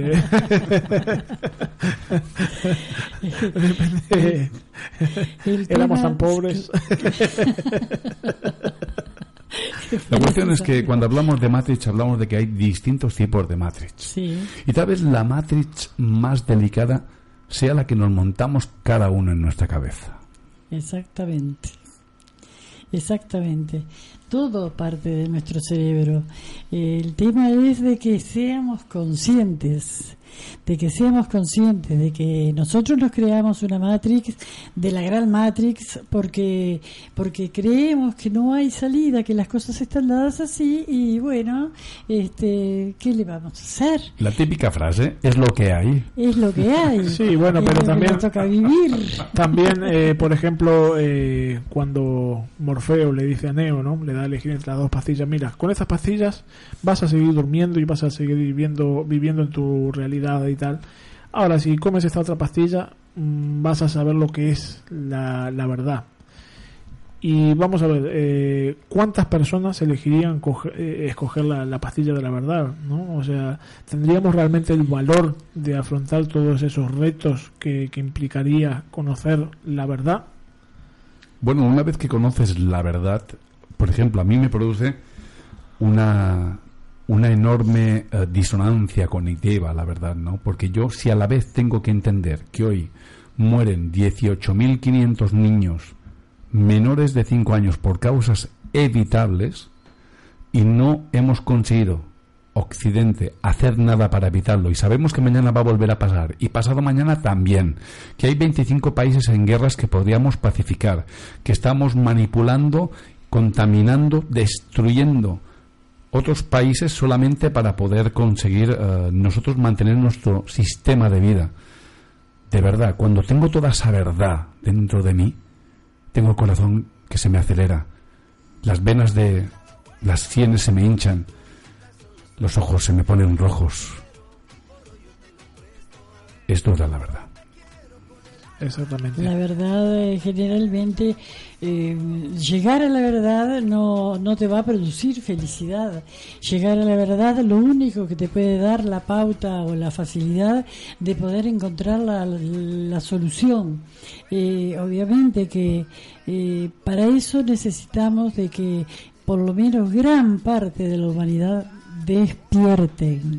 Depende. El Éramos tema tan es pobres. La cuestión es que cuando hablamos de Matrix hablamos de que hay distintos tipos de Matrix. Sí. Y tal vez la Matrix más delicada sea la que nos montamos cada uno en nuestra cabeza. Exactamente. Exactamente. Todo parte de nuestro cerebro. El tema es de que seamos conscientes, de que seamos conscientes de que nosotros nos creamos una Matrix, de la gran Matrix, porque porque creemos que no hay salida, que las cosas están dadas así y bueno, este, ¿qué le vamos a hacer? La típica frase es lo que hay. Es lo que hay. Sí, bueno, Es pero lo que también nos toca vivir. También, eh, por ejemplo, eh, cuando Morfeo le dice a Neo, ¿no? Le da a elegir entre las dos pastillas. Mira, con estas pastillas vas a seguir durmiendo y vas a seguir viviendo, viviendo en tu realidad y tal. Ahora, si comes esta otra pastilla, mmm, vas a saber lo que es la, la verdad. Y vamos a ver, eh, ¿cuántas personas elegirían coge, eh, escoger la, la pastilla de la verdad? ¿No? O sea, ¿tendríamos realmente el valor de afrontar todos esos retos que, que implicaría conocer la verdad? Bueno, una vez que conoces la verdad, por ejemplo, a mí me produce una, una enorme uh, disonancia cognitiva, la verdad, ¿no? Porque yo, si a la vez tengo que entender que hoy mueren dieciocho mil quinientos niños menores de cinco años por causas evitables y no hemos conseguido, Occidente, hacer nada para evitarlo y sabemos que mañana va a volver a pasar y pasado mañana también, que hay veinticinco países en guerras que podríamos pacificar, que estamos manipulando contaminando, destruyendo otros países solamente para poder conseguir uh, nosotros mantener nuestro sistema de vida. De verdad, cuando tengo toda esa verdad dentro de mí, tengo el corazón que se me acelera, las venas de las sienes se me hinchan, los ojos se me ponen rojos. Es dura la verdad. Exactamente. La verdad, eh, generalmente, eh, llegar a la verdad no, no te va a producir felicidad. Llegar a la verdad, lo único que te puede dar la pauta o la facilidad de poder encontrar la, la solución. Eh, obviamente que eh, para eso necesitamos de que por lo menos gran parte de la humanidad despierten.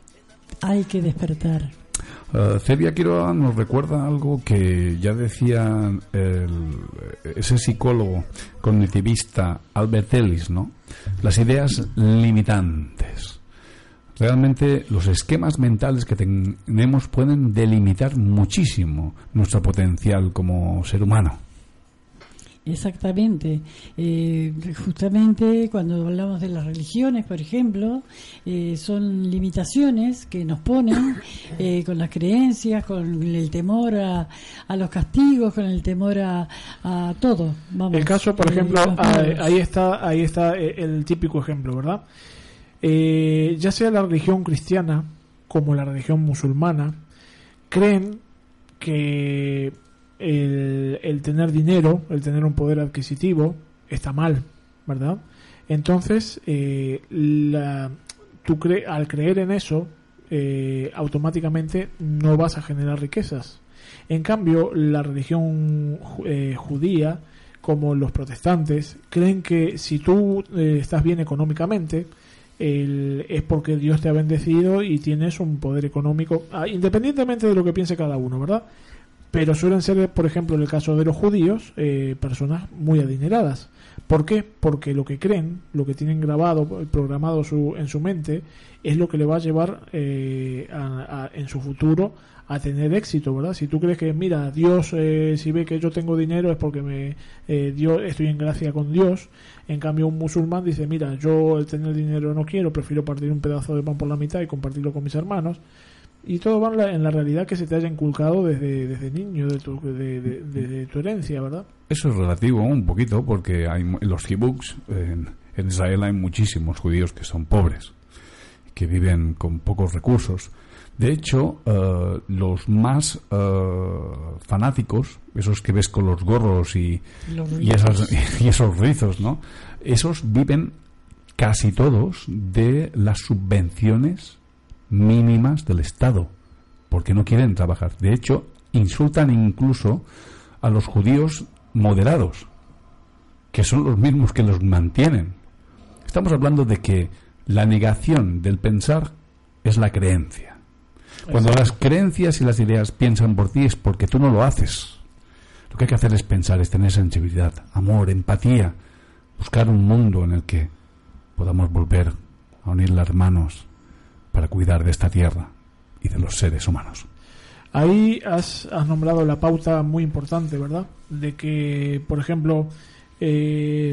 Hay que despertar. Uh, Celia Quiroga nos recuerda algo que ya decía el, ese psicólogo cognitivista Albert Ellis, ¿no? Las ideas limitantes. Realmente los esquemas mentales que tenemos pueden delimitar muchísimo nuestro potencial como ser humano. Exactamente. Eh, justamente cuando hablamos de las religiones, por ejemplo, eh, son limitaciones que nos ponen eh, con las creencias, con el temor a, a los castigos, con el temor a, a todo. Vamos, el caso, por eh, ejemplo, ahí, ahí está, ahí está el típico ejemplo, ¿verdad? Eh, ya sea la religión cristiana como la religión musulmana, creen que El, el tener dinero, el tener un poder adquisitivo está mal, ¿verdad? Entonces, eh, la, tú cre- al creer en eso, eh, automáticamente no vas a generar riquezas. En cambio, la religión eh, judía, como los protestantes, creen que si tú eh, estás bien económicamente, el, es porque Dios te ha bendecido y tienes un poder económico, ah, independientemente de lo que piense cada uno, ¿verdad? Pero suelen ser, por ejemplo, en el caso de los judíos, eh, personas muy adineradas. ¿Por qué? Porque lo que creen, lo que tienen grabado, programado su, en su mente, es lo que le va a llevar eh, a, a, en su futuro a tener éxito, ¿verdad? Si tú crees que, mira, Dios, eh, si ve que yo tengo dinero es porque me eh, Dios, estoy en gracia con Dios. En cambio, un musulmán dice, mira, yo el tener dinero no quiero, prefiero partir un pedazo de pan por la mitad y compartirlo con mis hermanos. Y todo va en la, en la realidad que se te haya inculcado desde, desde niño, de tu, de, de, de, de tu herencia, ¿verdad? Eso es relativo un poquito, porque hay en los kibbutz, en, en Israel hay muchísimos judíos que son pobres, que viven con pocos recursos. De hecho, uh, los más uh, fanáticos, esos que ves con los gorros y, y, esas, y esos rizos, ¿no? Esos viven casi todos de las subvenciones mínimas del Estado, porque no quieren trabajar. De hecho, insultan incluso a los judíos moderados, que son los mismos que los mantienen. Estamos hablando de que la negación del pensar es la creencia. Cuando las creencias y las ideas piensan por ti es porque tú no lo haces. Lo que hay que hacer es pensar, es tener sensibilidad, amor, empatía, buscar un mundo en el que podamos volver a unir las manos para cuidar de esta tierra y de los seres humanos. Ahí has, has nombrado la pauta muy importante, ¿verdad? De que, por ejemplo, eh,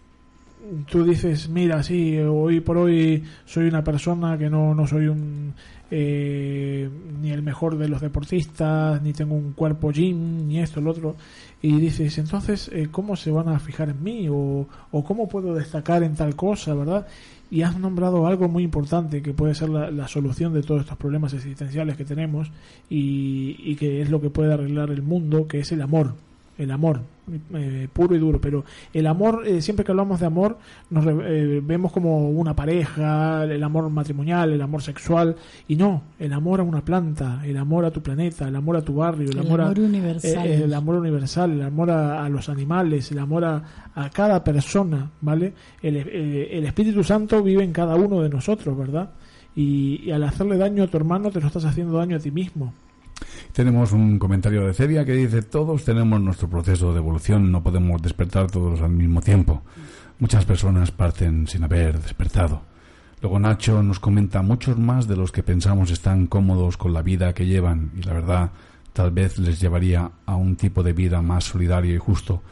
tú dices, mira, sí, hoy por hoy soy una persona que no, no soy un eh, ni el mejor de los deportistas, ni tengo un cuerpo gym, ni esto, lo otro, y dices, entonces, eh, ¿cómo se van a fijar en mí? O, o ¿cómo puedo destacar en tal cosa, verdad? Y has nombrado algo muy importante que puede ser la, la solución de todos estos problemas existenciales que tenemos y, y que es lo que puede arreglar el mundo, que es el amor. El amor, eh, puro y duro. Pero el amor, eh, siempre que hablamos de amor, nos eh, vemos como una pareja, el amor matrimonial, el amor sexual. Y no, el amor a una planta, el amor a tu planeta, el amor a tu barrio, el, el amor, amor a, universal. Eh, el amor universal, el amor a, a los animales, el amor a, a cada persona, ¿vale? El, el, el Espíritu Santo vive en cada uno de nosotros, ¿verdad? Y, y al hacerle daño a tu hermano, te lo estás haciendo daño a ti mismo. Tenemos un comentario de Celia que dice: todos tenemos nuestro proceso de evolución, no podemos despertar todos al mismo tiempo. Muchas personas parten sin haber despertado. Luego Nacho nos comenta: muchos más de los que pensamos están cómodos con la vida que llevan y la verdad tal vez les llevaría a un tipo de vida más solidario y justo,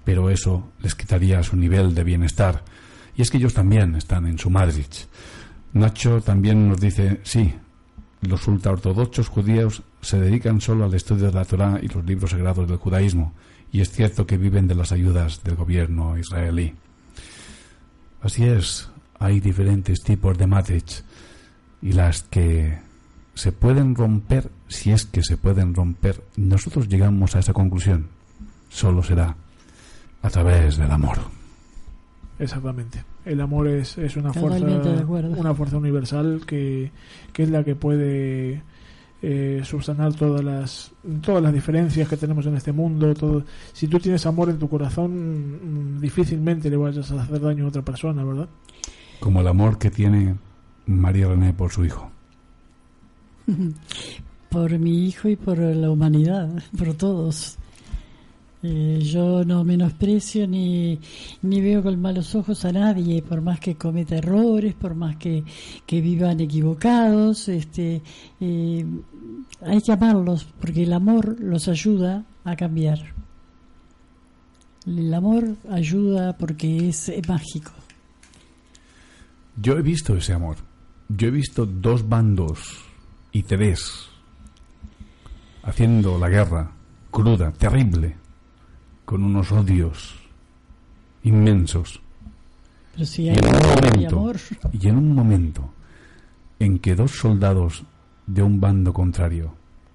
pero eso les quitaría su nivel de bienestar. Y es que ellos también están en su Madrid. Nacho también nos dice, sí, los ultraortodoxos judíos se dedican solo al estudio de la Torá y los libros sagrados del judaísmo, y es cierto que viven de las ayudas del gobierno israelí. Así es, hay diferentes tipos de Matrix, y las que se pueden romper, si es que se pueden romper, nosotros llegamos a esa conclusión, solo será a través del amor. Exactamente. El amor es, es una Totalmente fuerza de acuerdo. una fuerza universal que, que es la que puede eh, subsanar todas las todas las diferencias que tenemos en este mundo. Todo. Si tú tienes amor en tu corazón, mm, difícilmente le vayas a hacer daño a otra persona, ¿verdad? Como el amor que tiene María René por su hijo. Por mi hijo y por la humanidad, por todos. Eh, yo no menosprecio ni, ni veo con malos ojos a nadie, por más que cometa errores, por más que, que vivan equivocados. Este, eh, hay que amarlos, porque el amor los ayuda a cambiar. El amor ayuda porque es, es mágico. Yo he visto ese amor. Yo he visto dos bandos y tres haciendo la guerra cruda, terrible, con unos odios inmensos. Pero si y, hay en un amor, hay momento, amor. y en un momento en que dos soldados de un bando contrario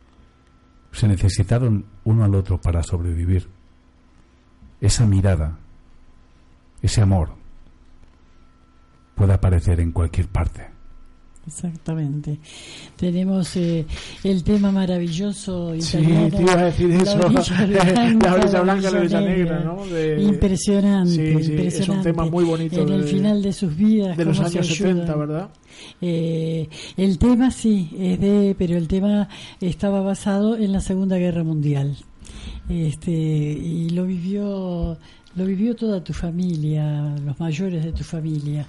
se necesitaron uno al otro para sobrevivir, esa mirada, ese amor puede aparecer en cualquier parte. Exactamente. Tenemos eh, el tema maravilloso Sí, italiano. te iba a decir eso. La orilla blanca, La orilla blanca, la orilla negra. negra, ¿no? De- Impresionante, Sí, sí, impresionante. es un tema muy bonito En el de- final de sus vidas. de los cómo se años ayudan. setenta, ¿verdad? Eh, el tema sí, es de, pero el tema estaba basado en la Segunda Guerra Mundial. Este, y lo vivió, lo vivió toda tu familia, los mayores de tu familia.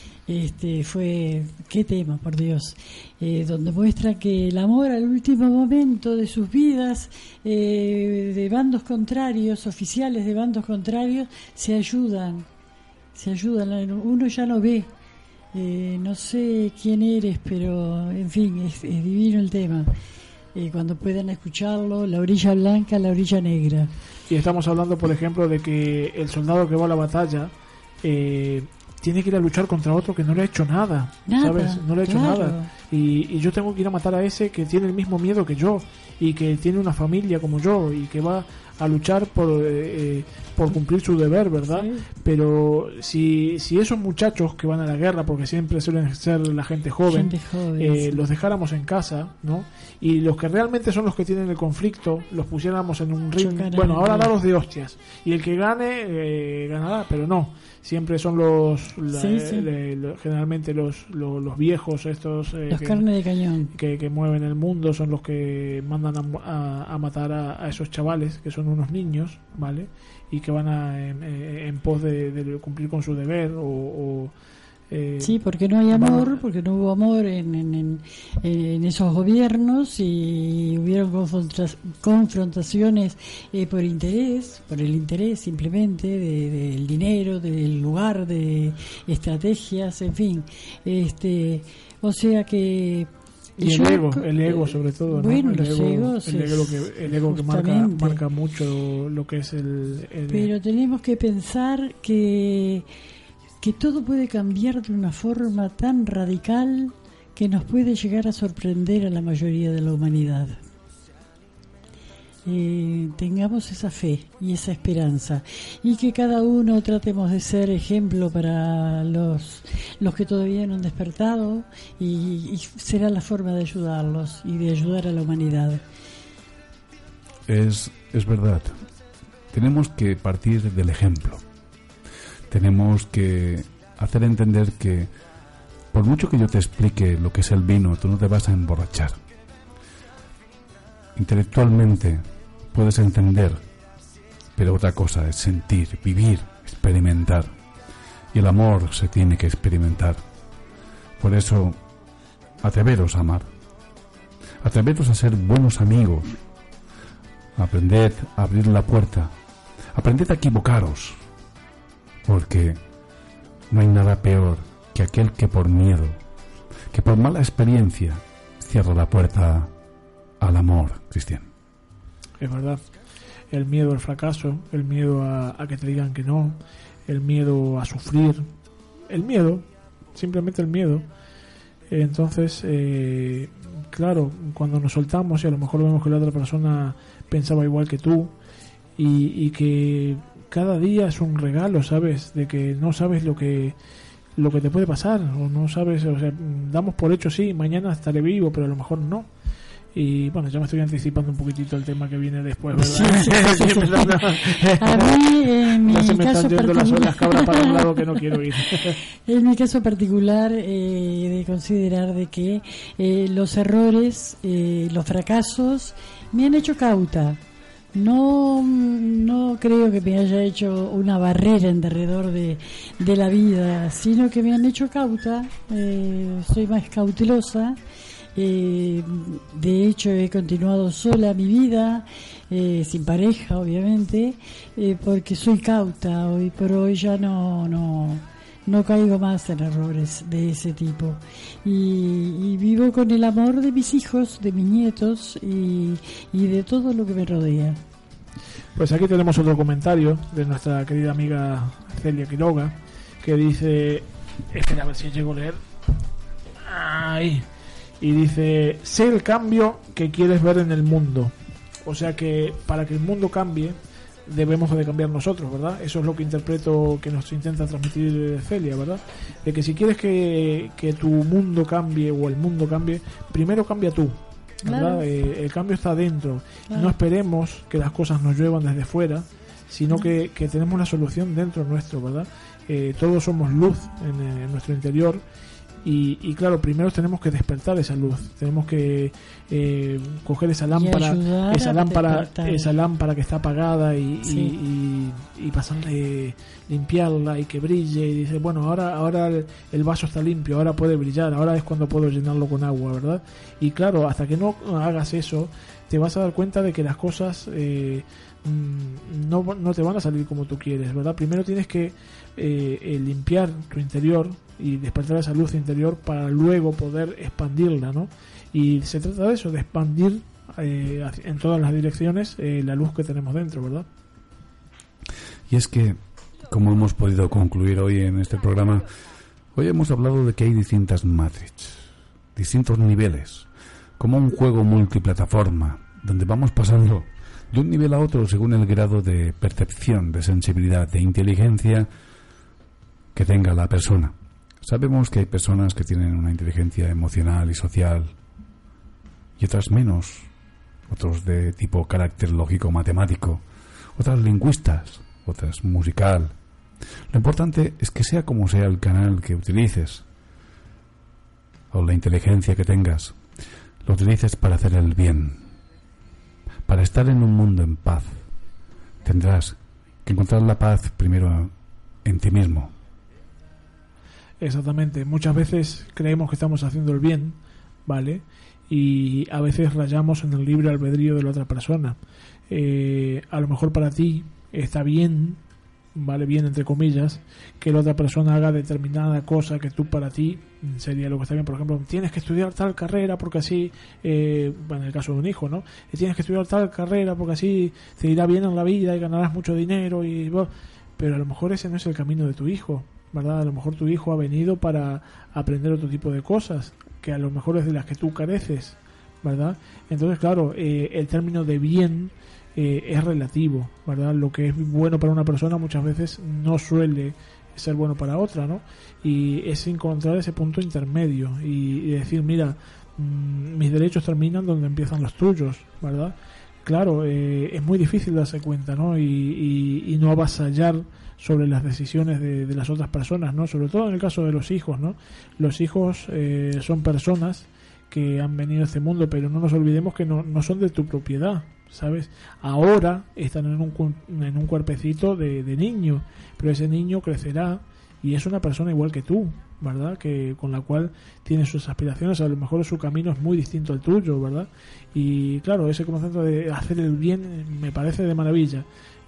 Este fue, qué tema, por Dios, eh, donde muestra que el amor al último momento de sus vidas, eh, de bandos contrarios, oficiales de bandos contrarios, se ayudan, se ayudan. Uno ya no ve, eh, no sé quién eres, pero en fin, es, es divino el tema. Eh, cuando puedan escucharlo, la orilla blanca, la orilla negra. Y estamos hablando, por ejemplo, de que el soldado que va a la batalla eh, tiene que ir a luchar contra otro que no le ha hecho nada, Nada, ¿sabes? No le ha hecho claro. nada. Y, y yo tengo que ir a matar a ese que tiene el mismo miedo que yo y que tiene una familia como yo y que va a luchar por eh, eh, por cumplir su deber, ¿verdad? Sí. Pero si, si esos muchachos que van a la guerra, porque siempre suelen ser la gente joven, Gente joven, eh, sí. los dejáramos en casa, ¿no? Y los que realmente son los que tienen el conflicto, los pusiéramos en un ring, Chocarán, bueno, ahora sí. daros de hostias. Y el que gane, eh, ganará, pero no. Siempre son los, la- Sí, sí. le- lo- generalmente los, los, los viejos estos eh, Los que, carnes de cañón. que, que mueven el mundo, son los que mandan a, mu- a, a matar a, a esos chavales, que son unos niños, ¿vale? Y que van a, en, eh, en pos de, de cumplir con su deber o... o, eh, Sí, porque no hay van- amor, porque no hubo amor en, en, en, en esos gobiernos y hubieron confronta- confrontaciones eh, por interés, por el interés simplemente de- del dinero, del lugar, de estrategias, en fin. Este, o sea que Y el yo- ego, el ego sobre todo, ¿no? Bueno, el los ego, egos el es ego que, el ego que marca, justamente. marca mucho lo que es el... el- Pero tenemos que pensar que, que todo puede cambiar de una forma tan radical que nos puede llegar a sorprender a la mayoría de la humanidad. Eh, tengamos esa fe y esa esperanza y que cada uno tratemos de ser ejemplo para los, los que todavía no han despertado y, y será la forma de ayudarlos y de ayudar a la humanidad. Es, es verdad. Tenemos que partir del ejemplo. Tenemos que hacer entender que por mucho que yo te explique lo que es el vino, tú no te vas a emborrachar. Intelectualmente puedes entender, pero otra cosa es sentir, vivir, experimentar. Y el amor se tiene que experimentar. Por eso, atreveros a amar. Atreveros a ser buenos amigos. Aprended a abrir la puerta. Aprended a equivocaros, porque no hay nada peor que aquel que por miedo, que por mala experiencia, cierra la puerta al amor, Cristian. Es verdad. El miedo al fracaso, el miedo a, a que te digan que no, el miedo a sufrir, el miedo, simplemente el miedo. Entonces, eh, claro, cuando nos soltamos y a lo mejor vemos que la otra persona pensaba igual que tú y, y que cada día es un regalo, ¿sabes? De que no sabes lo que lo que te puede pasar, o no sabes, o sea, damos por hecho, sí, mañana estaré vivo, pero a lo mejor no. Y bueno, ya me estoy anticipando un poquitito el tema que viene después, ¿verdad? Sí, sí, sí, sí, sí. A mí, en mi ya se me caso están yendo las, las cabras para un lado que no quiero ir. En mi caso particular, eh, de considerar de que eh, los errores, eh, los fracasos, me han hecho cauta. No, no creo que me haya hecho una barrera en derredor de, de la vida, sino que me han hecho cauta, eh, soy más cautelosa. Eh, de hecho he continuado sola mi vida, eh, sin pareja obviamente, eh, porque soy cauta. Hoy por hoy ya no no no caigo más en errores de ese tipo y, y vivo con el amor de mis hijos, de mis nietos y, y de todo lo que me rodea. Pues aquí tenemos otro comentario de nuestra querida amiga Celia Quiroga, que dice, espera a ver si llego a leer, ahí, y dice: sé el cambio que quieres ver en el mundo. O sea que para que el mundo cambie debemos de cambiar nosotros, ¿verdad? Eso es lo que interpreto que nos intenta transmitir Celia, ¿verdad? De que si quieres que, que tu mundo cambie o el mundo cambie, primero cambia tú, ¿verdad? Claro. Eh, el cambio está dentro. Claro. No esperemos que las cosas nos lluevan desde fuera, sino que, que tenemos la solución dentro nuestro, ¿verdad? Eh, todos somos luz en, en nuestro interior. Y, y claro, primero tenemos que despertar esa luz, tenemos que eh, coger esa lámpara, esa lámpara, esa lámpara que está apagada y, sí. y, y, y pasarle, limpiarla y que brille y dice, bueno, ahora, ahora el, el vaso está limpio, ahora puede brillar, ahora es cuando puedo llenarlo con agua, ¿verdad? Y claro, hasta que no hagas eso, te vas a dar cuenta de que las cosas eh, no, no te van a salir como tú quieres, ¿verdad? Primero tienes que eh, eh, limpiar tu interior y despertar esa luz interior para luego poder expandirla, ¿no? Y se trata de eso, de expandir eh, en todas las direcciones eh, la luz que tenemos dentro, ¿verdad? Y es que, como hemos podido concluir hoy en este programa, hoy hemos hablado de que hay distintas Matrix, distintos niveles, como un juego multiplataforma, donde vamos pasando de un nivel a otro según el grado de percepción, de sensibilidad, de inteligencia que tenga la persona. Sabemos que hay personas que tienen una inteligencia emocional y social y otras menos, otros de tipo carácter lógico matemático, otras lingüistas, otras musical. Lo importante es que sea como sea el canal que utilices o la inteligencia que tengas, lo utilices para hacer el bien, para estar en un mundo en paz. Tendrás que encontrar la paz primero en ti mismo. Exactamente, muchas veces creemos que estamos haciendo el bien, ¿vale? Y a veces rayamos en el libre albedrío de la otra persona. Eh, a lo mejor para ti está bien, ¿vale? Bien entre comillas, que la otra persona haga determinada cosa que tú para ti sería lo que está bien. Por ejemplo, tienes que estudiar tal carrera porque así, eh, bueno, en el caso de un hijo, ¿no? Tienes que estudiar tal carrera porque así te irá bien en la vida y ganarás mucho dinero y bueno, pero a lo mejor ese no es el camino de tu hijo, ¿verdad? A lo mejor tu hijo ha venido para aprender otro tipo de cosas que a lo mejor es de las que tú careces, ¿verdad? Entonces, claro, eh, el término de bien eh, es relativo, ¿verdad? Lo que es bueno para una persona muchas veces no suele ser bueno para otra, ¿no? Y es encontrar ese punto intermedio y, y decir, mira, mmm, mis derechos terminan donde empiezan los tuyos, ¿verdad? Claro, eh, es muy difícil darse cuenta, ¿no? Y, y, y no avasallar sobre las decisiones de, de las otras personas, ¿no? Sobre todo en el caso de los hijos, ¿no? Los hijos eh, son personas que han venido a este mundo, pero no nos olvidemos que no, no son de tu propiedad, ¿sabes? Ahora están en un, en un cuerpecito de, de niño, pero ese niño crecerá y es una persona igual que tú, ¿verdad? Que con la cual tiene sus aspiraciones, a lo mejor su camino es muy distinto al tuyo, ¿verdad? Y claro, ese concepto de hacer el bien me parece de maravilla.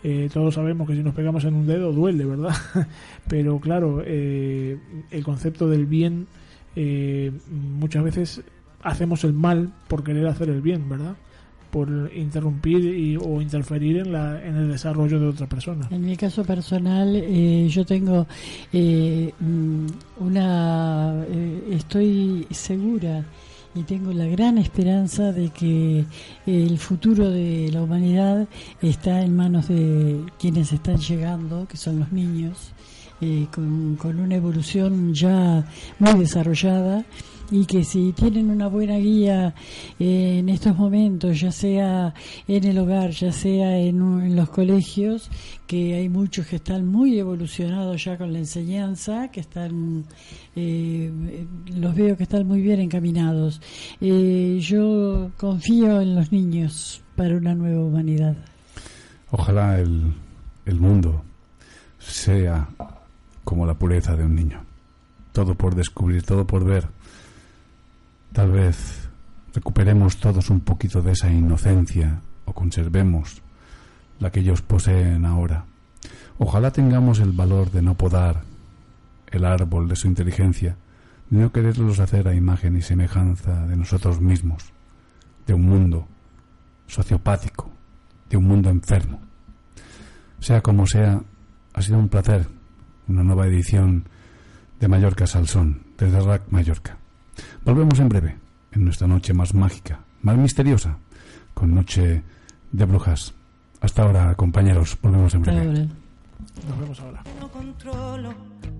Eh, todos sabemos que si nos pegamos en un dedo duele, ¿verdad? Pero claro, eh, el concepto del bien, eh, muchas veces hacemos el mal por querer hacer el bien, ¿verdad? Por interrumpir y, o interferir en, la, en el desarrollo de otra persona. En mi caso personal, eh, yo tengo eh, una... Eh, estoy segura y tengo la gran esperanza de que el futuro de la humanidad está en manos de quienes están llegando, que son los niños, eh, con, con una evolución ya muy desarrollada, y que si tienen una buena guía eh, en estos momentos, ya sea en el hogar, ya sea en, en los colegios, que hay muchos que están muy evolucionados ya con la enseñanza, que están, eh, los veo que están muy bien encaminados. Eh, yo confío en los niños para una nueva humanidad. Ojalá el, el mundo sea como la pureza de un niño. Todo por descubrir, todo por ver. Tal vez recuperemos todos un poquito de esa inocencia o conservemos la que ellos poseen ahora. Ojalá tengamos el valor de no podar el árbol de su inteligencia, de no quererlos hacer a imagen y semejanza de nosotros mismos, de un mundo sociopático, de un mundo enfermo. Sea como sea, ha sido un placer, una nueva edición de Mallorca Salsón, desde R A C Mallorca. Volvemos en breve, en nuestra noche más mágica, más misteriosa, con Noche de Brujas. Hasta ahora, compañeros, volvemos en breve. Nos vemos ahora. No controlo.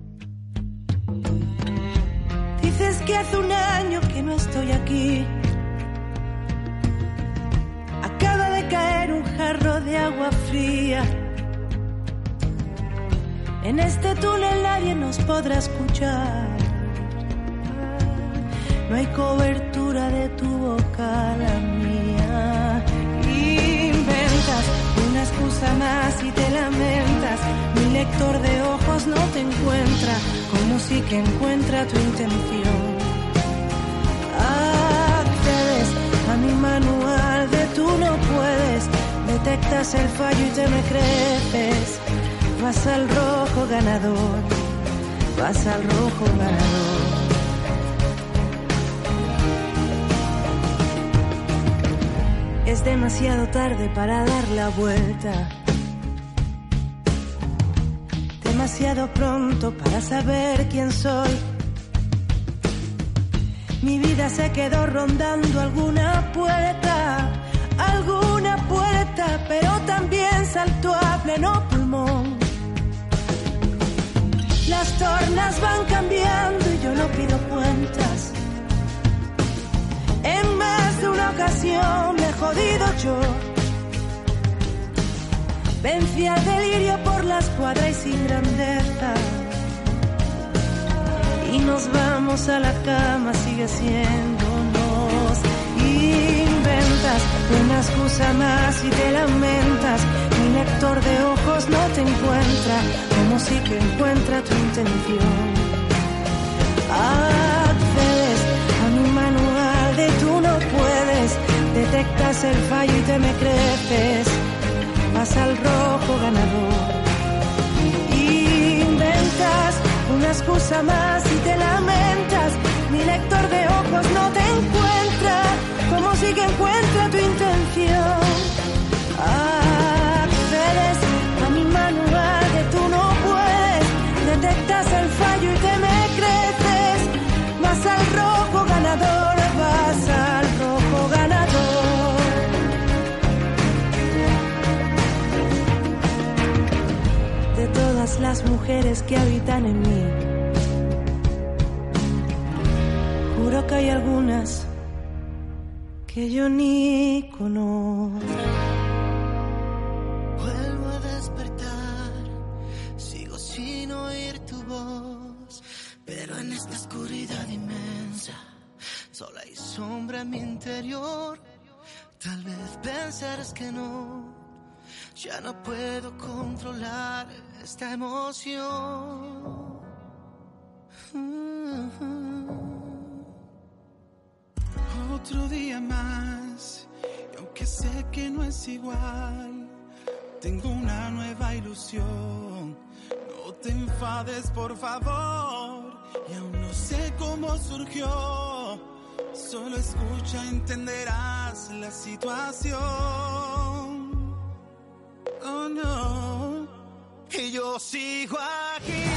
Dices que hace un año que no estoy aquí. Acaba de caer un jarro de agua fría. En este túnel nadie nos podrá escuchar. No hay cobertura de tu boca, la mía. Inventas una excusa más y te lamentas. Mi lector de ojos no te encuentra, como si que encuentra tu intención. Accedes a mi manual de tú no puedes. Detectas el fallo y te me creces. Vas al rojo ganador. Vas al rojo ganador. Es demasiado tarde para dar la vuelta. Demasiado pronto para saber quién soy. Mi vida se quedó rondando alguna puerta, alguna puerta, pero también saltó a pleno pulmón. Las tornas van cambiando y yo no pido cuentas. En más de una ocasión me he jodido yo. Vencí al delirio por la escuadra y sin grandeza. Y nos vamos a la cama, sigue siéndonos. Inventas una excusa más y te lamentas. Mi lector de ojos no te encuentra, como si que encuentra tu intención. Accedes a mi manual de tú no puedes. Detectas el fallo y te me creces. Vas al rojo ganador. Inventas una excusa más y te lamentas. Mi lector de ojos no te encuentra, como si que encuentra tu intención. Accedes a mi manual de tú no puedes. Detectas el fallo y te me creces. Vas al rojo ganador, vas al rojo ganador. De todas las mujeres que habitan en mí, juro que hay algunas que yo ni conozco. Vuelvo a despertar, sigo sin oír tu voz, pero en esta oscuridad inmensa, sola y sombra en mi interior. Tal vez pensarás que no, ya no puedo controlar esta emoción. Mm-hmm. Otro día más, y aunque sé que no es igual, Tengo una nueva ilusión. No te enfades, por favor. Y aún no sé cómo surgió. Solo escucha, entenderás la situación. Oh no. Y yo sigo aquí.